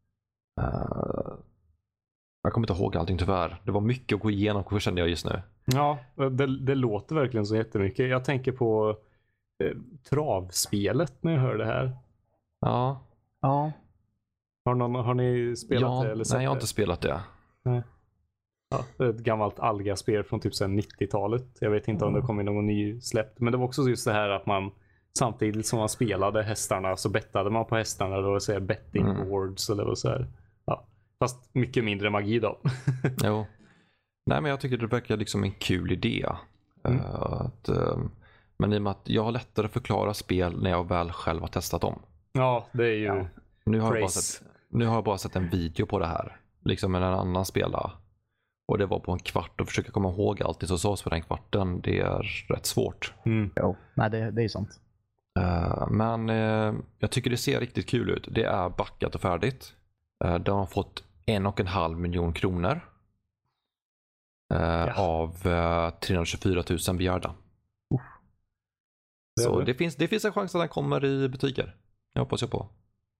uh, jag kommer inte ihåg allting tyvärr. Det var mycket att gå igenom, kände jag just nu. Ja, det, det låter verkligen så jättemycket. Jag tänker på eh, travspelet när jag hör det här. Ja. Ja. Har, någon, har ni spelat ja det? Eller sett nej, jag har det? inte spelat det. Nej. Ja, det är ett gammalt Alga-spel från typ nittiotalet. Jag vet inte om det kom in någon ny släppt. Men det var också just det här att man samtidigt som man spelade hästarna så bettade man på hästarna. Då så här betting Mm. boards eller så här. Ja, fast mycket mindre magi då. Jo. Nej, men jag tycker det verkar liksom en kul idé. Mm. Uh, att, um, men i och med att jag har lättare att förklara spel när jag väl själv har testat dem. Ja, det är ju Ja. Nu har, jag bara praise. sett, nu har jag bara sett en video på det här. Liksom med en annan spelare. Och det var på en kvart och försöka komma ihåg allt som sades på den kvarten. Det är rätt svårt. Mm. Jo. Nej, det, det är sant. Uh, men uh, jag tycker det ser riktigt kul ut. Det är backat och färdigt. Uh, de har fått en och en halv miljon kronor. Uh, Ja. Av uh, trehundratjugofyra tusen begärda. Det är Så det. det finns, det finns en chans att den kommer i butiker. Jag hoppas jag på.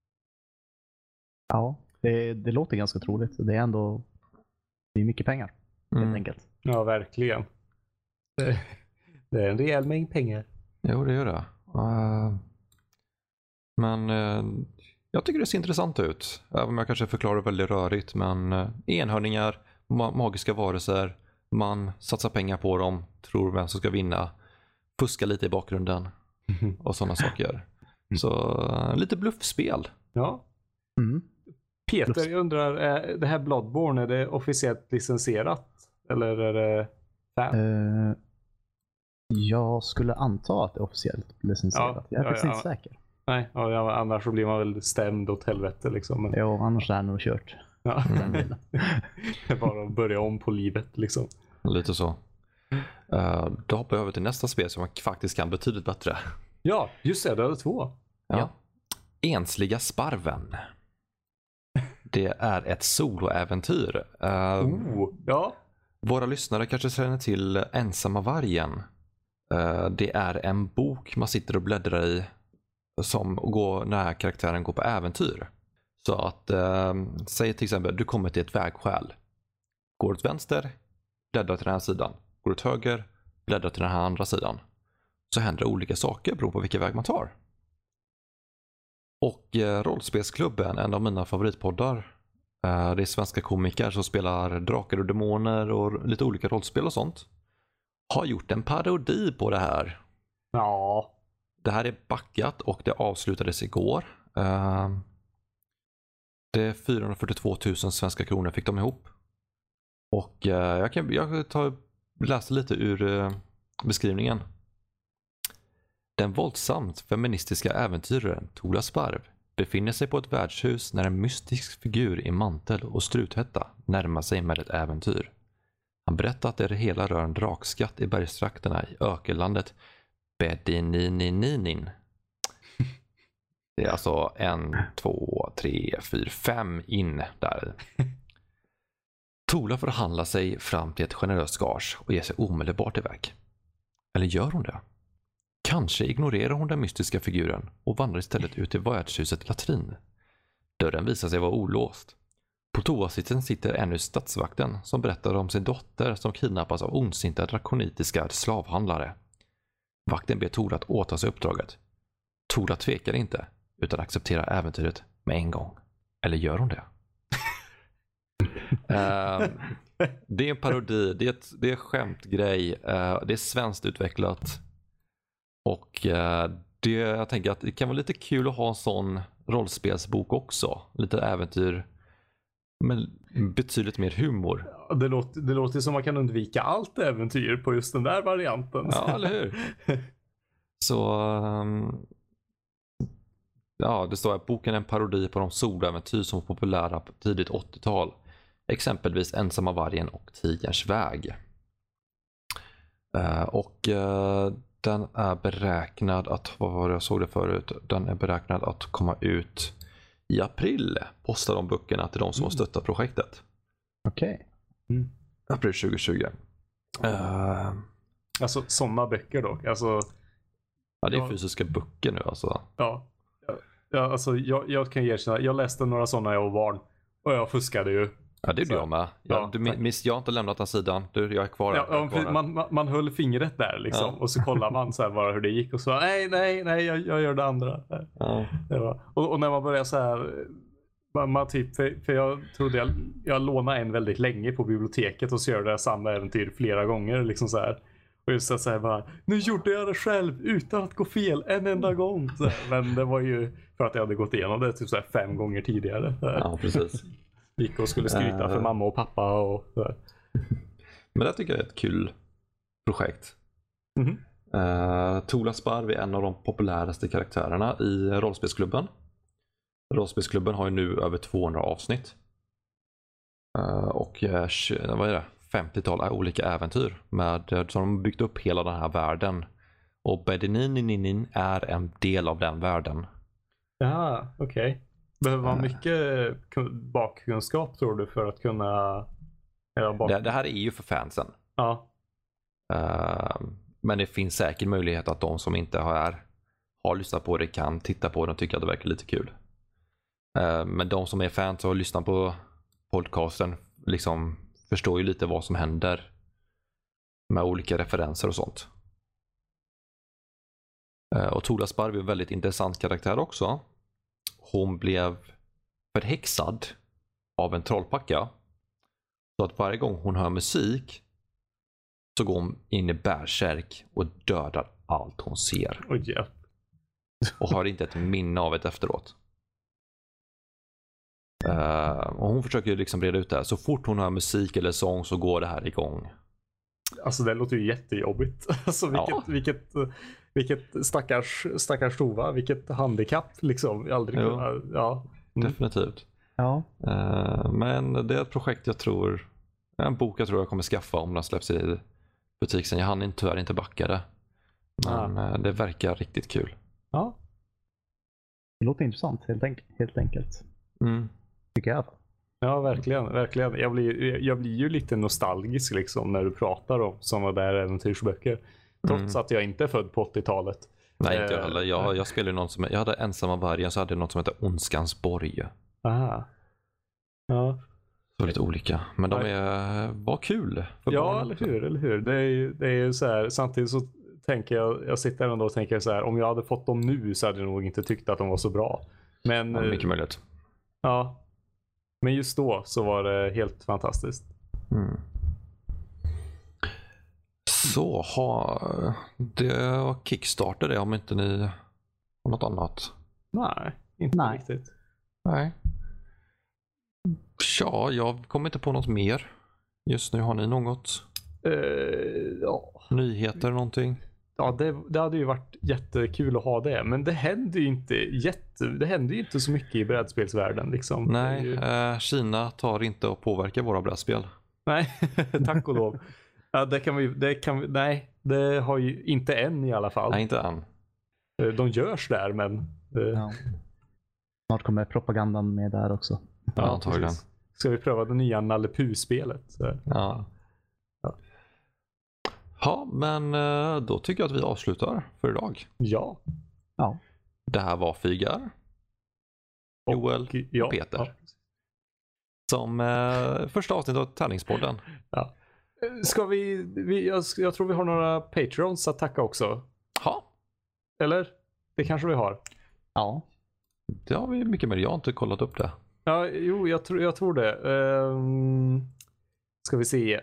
Ja, det, det låter ganska troligt. Det är ändå det är mycket pengar, helt Mm. enkelt. Ja, verkligen. Det, det är en rejäl mängd pengar. Jo, det gör det. Uh, men uh, jag tycker det ser intressant ut. Även om jag kanske förklarar väldigt rörigt. Men uh, enhörningar, ma- magiska varelser. Man satsar pengar på dem. Tror vem som ska vinna. Fuska lite i bakgrunden. Och sådana saker. Så uh, lite bluffspel. Ja. Mm. Peter, jag undrar, är det här Bloodborne, är det officiellt licensierat? Eller är det fan? Uh, jag skulle anta att det är officiellt licensierat. Ja, jag är ja, faktiskt ja. inte säker. Nej, ja, annars så blir man väl stämd åt helvete liksom. Men, Jo, annars är det nog kört. ja. Den delen. Det är bara att börja om på livet liksom. Lite så. Uh, då hoppar jag över till nästa spel som faktiskt kan betydligt bättre. Ja, just det, det är två. Ja. Ja. Ensliga sparven. Det är ett soloäventyr. Uh, Oh, ja. Våra lyssnare kanske känner till Ensamma vargen. Uh, det är en bok man sitter och bläddrar i som går när karaktären går på äventyr. Så att, eh, säg till exempel, du kommer till ett vägskäl. Går åt vänster, bläddrar till den här sidan. Går åt höger, bläddrar till den här andra sidan. Så händer det olika saker beroende på vilken väg man tar. Och eh, Rollspelsklubben, en av mina favoritpoddar. Eh, det är svenska komiker som spelar Drakar och Demoner och lite olika rollspel och sånt. Har gjort en parodi på det här. Ja. Det här är backat och det avslutades igår. Uh, det är fyrahundrafyrtiotvå tusen svenska kronor fick de ihop. Och uh, jag kan jag tar, läsa lite ur uh, beskrivningen. Den våldsamt feministiska äventyraren Tola Sparv befinner sig på ett värdshus när en mystisk figur i mantel och struthätta närmar sig med ett äventyr. Han berättar att det hela rör en drakskatt i bergstrakterna i ökenlandet Bedininin. Det är alltså en, två, tre, fyra, fem in där. Tola förhandlar sig fram till ett generöst gage och ger sig omedelbart iväg. Eller gör hon det? Kanske ignorerar hon den mystiska figuren och vandrar istället ut till värdshuset latrin. Dörren visar sig vara olåst. På toasitten sitter ännu stadsvakten som berättar om sin dotter som kidnappas av ondsinta drakonitiska slavhandlare. Vakten ber Tola att åta sig uppdraget. Tola tvekar inte, utan accepterar äventyret med en gång. Eller gör hon det? uh, det är en parodi, det är ett, det är skämtgrej, uh, det är svenskt utvecklat. Och uh, det, jag tänker att det kan vara lite kul att ha en sån rollspelsbok också. Lite äventyr, men betydligt mer humor. Ja, det, låter, det låter som man kan undvika allt äventyr på just den där varianten. Ja, eller hur? Så um, ja, det står att boken är en parodi på de soläventyr som var populära på tidigt åttiotal. Exempelvis Ensamma vargen och Tigerns väg. Uh, och uh, den är beräknad att, vad var det jag såg det förut? Den är beräknad att komma ut i april. Postar de böckerna till de som mm. har stöttat projektet. Okej. Okay. Mm. April tjugohundratjugo. Uh, alltså sådana böcker då? Alltså, ja, det är ja. fysiska böcker nu alltså. Ja, ja alltså jag, jag kan erkänna. Jag läste några sådana när jag var barn. Och jag fuskade ju. Ja, det gjorde jag med. Jag, ja, du, miss, jag har inte lämnat den sidan. Du, jag är kvar. Ja, jag är kvar ja, man, man, man höll fingret där liksom. Ja. Och så kollar man så här bara hur det gick. Och så nej, nej, nej, jag, jag gör det andra. Ja. Det var, och, och när man börjar så här. Man, man typ, för, för jag trodde jag, jag lånade en väldigt länge på biblioteket. Och så gör det samma äventyr flera gånger. Liksom så här. Och just så här bara. Nu gjorde jag det själv utan att gå fel en enda gång. Så här. Men det var ju för att jag hade gått igenom det typ så här fem gånger tidigare. Ja, precis. Gick och skulle skryta uh, för mamma och pappa och sådär. Men det tycker jag är ett kul projekt. Mm-hmm. uh, Tola Sparv är en av de populäraste karaktärerna i Rollspelsklubben. Rollspelsklubben har ju nu över tvåhundra avsnitt. Uh, och uh, vad är det? femtiotal olika äventyr med, uh, som de byggt upp hela den här världen. Och Bedininin är en del av den världen. Ja, okej. Okay. Behöver man mycket bakkunskap tror du för att kunna... Ja, bak... det, det här är ju för fansen. Ja. Uh, men det finns säkert möjlighet att de som inte har, har lyssnat på det kan titta på det och tycka att det verkar lite kul. Uh, men de som är fans och har lyssnat på podcasten liksom förstår ju lite vad som händer med olika referenser och sånt. Uh, och Tola Sparv är en väldigt intressant karaktär också. Hon blev förhäxad av en trollpacka. Så att varje gång hon hör musik så går hon in i bärsärk och dödar allt hon ser. Oh, yeah. Och har inte ett minne av det efteråt. Uh, och hon försöker liksom reda ut det här. Så fort hon hör musik eller sång så går det här igång. Alltså det låter ju jättejobbigt. Alltså vilket, ja. vilket, vilket stackars, stackars Tova. Vilket handikapp liksom. Aldrig kunna, ja. Mm. Definitivt. Ja. Uh, men det är ett projekt jag tror, en bok jag tror jag kommer skaffa om den släpps i butik sen. Jag hann inte, tyvärr inte backa det. Men ah. uh, det verkar riktigt kul. Ja. Det låter intressant helt, enk- helt enkelt. Mm. Tycker jag. Ja, verkligen. verkligen. Jag, blir, jag blir ju lite nostalgisk liksom när du pratar om sådana där äventyrsböcker. Trots mm. att jag inte är född på åttiotalet. Nej, inte jag Eh, heller. Jag, jag spelade någon som, jag hade ensamma vargen, så hade jag något som heter Ondskans borg. Aha. Ja, Så lite olika. Men de Nej. är, var kul för ja barnen. eller hur, eller hur. Det är ju, det är ju så här, samtidigt så tänker jag, jag sitter ändå och tänker så här, om jag hade fått dem nu så hade jag nog inte tyckt att de var så bra. Men, Ja, mycket eh, möjligt. ja. Men just då så var det helt fantastiskt. Mm. Så ha det var Kickstarter det, om inte ni har något annat. Nej, inte Nej. riktigt. Nej. Tja, jag kommer inte på något mer. Just nu har ni något? Eh, ja, Nyheter någonting? ja det, det hade ju varit jättekul att ha det. Men det händer ju inte jätte, det händer ju inte så mycket i brädspelsvärlden liksom. Det är Nej, ju, eh, Kina tar inte och påverkar våra brädspel. nej, tack och lov. Ja, det kan vi, det kan vi, nej, det har ju inte än i alla fall. Nej, inte än. Eh, De görs där, men... eh, Ja. Snart kommer propagandan med där också. Ja, antagligen. precis. Ska vi pröva det nya Nalle Puh-spelet? Så- Ja. Ja. Ja, men eh, då tycker jag att vi avslutar för idag. Ja. Ja. Det här var Figar, Joel Och, ja, och Peter. ja. som eh, första avsnitt av Tärningspodden. Eh, Ska vi, vi jag, jag tror vi har några Patreons att tacka också. Ja, Eller? Det kanske vi har. Ja. det har vi mycket med. Jag har inte kollat upp det. Ja, jo, jag, tror, jag tror det. Um, ska vi se.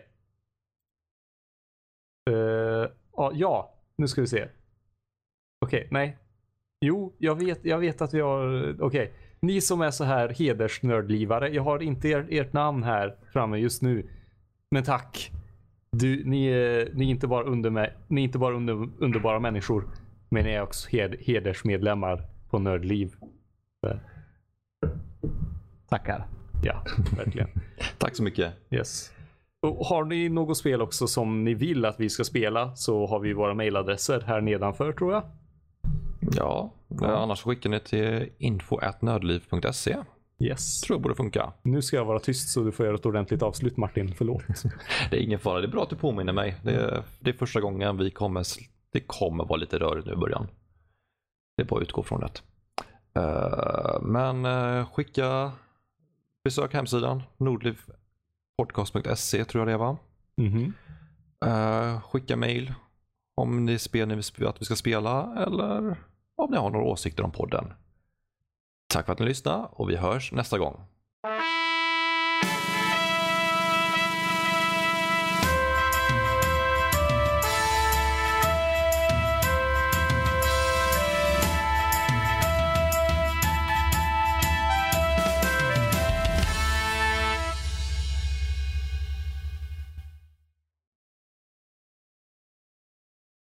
Uh, ja, ja, nu ska vi se. Okej, nej. Jo, jag vet, jag vet att vi har... Okej, ni som är så här hedersnördlivare. Jag har inte er, ert namn här framme just nu. Men tack. Du, ni, är, ni är inte bara, under med, ni är inte bara under, underbara människor. Men ni är också hed, hedersmedlemmar på Nördliv. Så, Tackar. ja, verkligen. Tack så mycket. Yes. Och har ni något spel också som ni vill att vi ska spela, så har vi våra mailadresser här nedanför, tror jag. Ja, ja. Annars skickar ni till info at nördliv punkt se. Yes. Tror jag borde funka. Nu ska jag vara tyst så du får göra ett ordentligt avslut, Martin. Förlåt. Det är ingen fara, det är bra att du påminner mig. Det är, det är första gången vi kommer, det kommer vara lite rörigt nu i början. Det är bara att utgå från det. Uh, men uh, skicka, besök hemsidan nordlivpodcast punkt se, tror jag det var. Mhm. Uh, skicka mail om ni spel ni vill att vi ska spela, eller om ni har några åsikter om podden. Tack för att ni lyssnade och vi hörs nästa gång.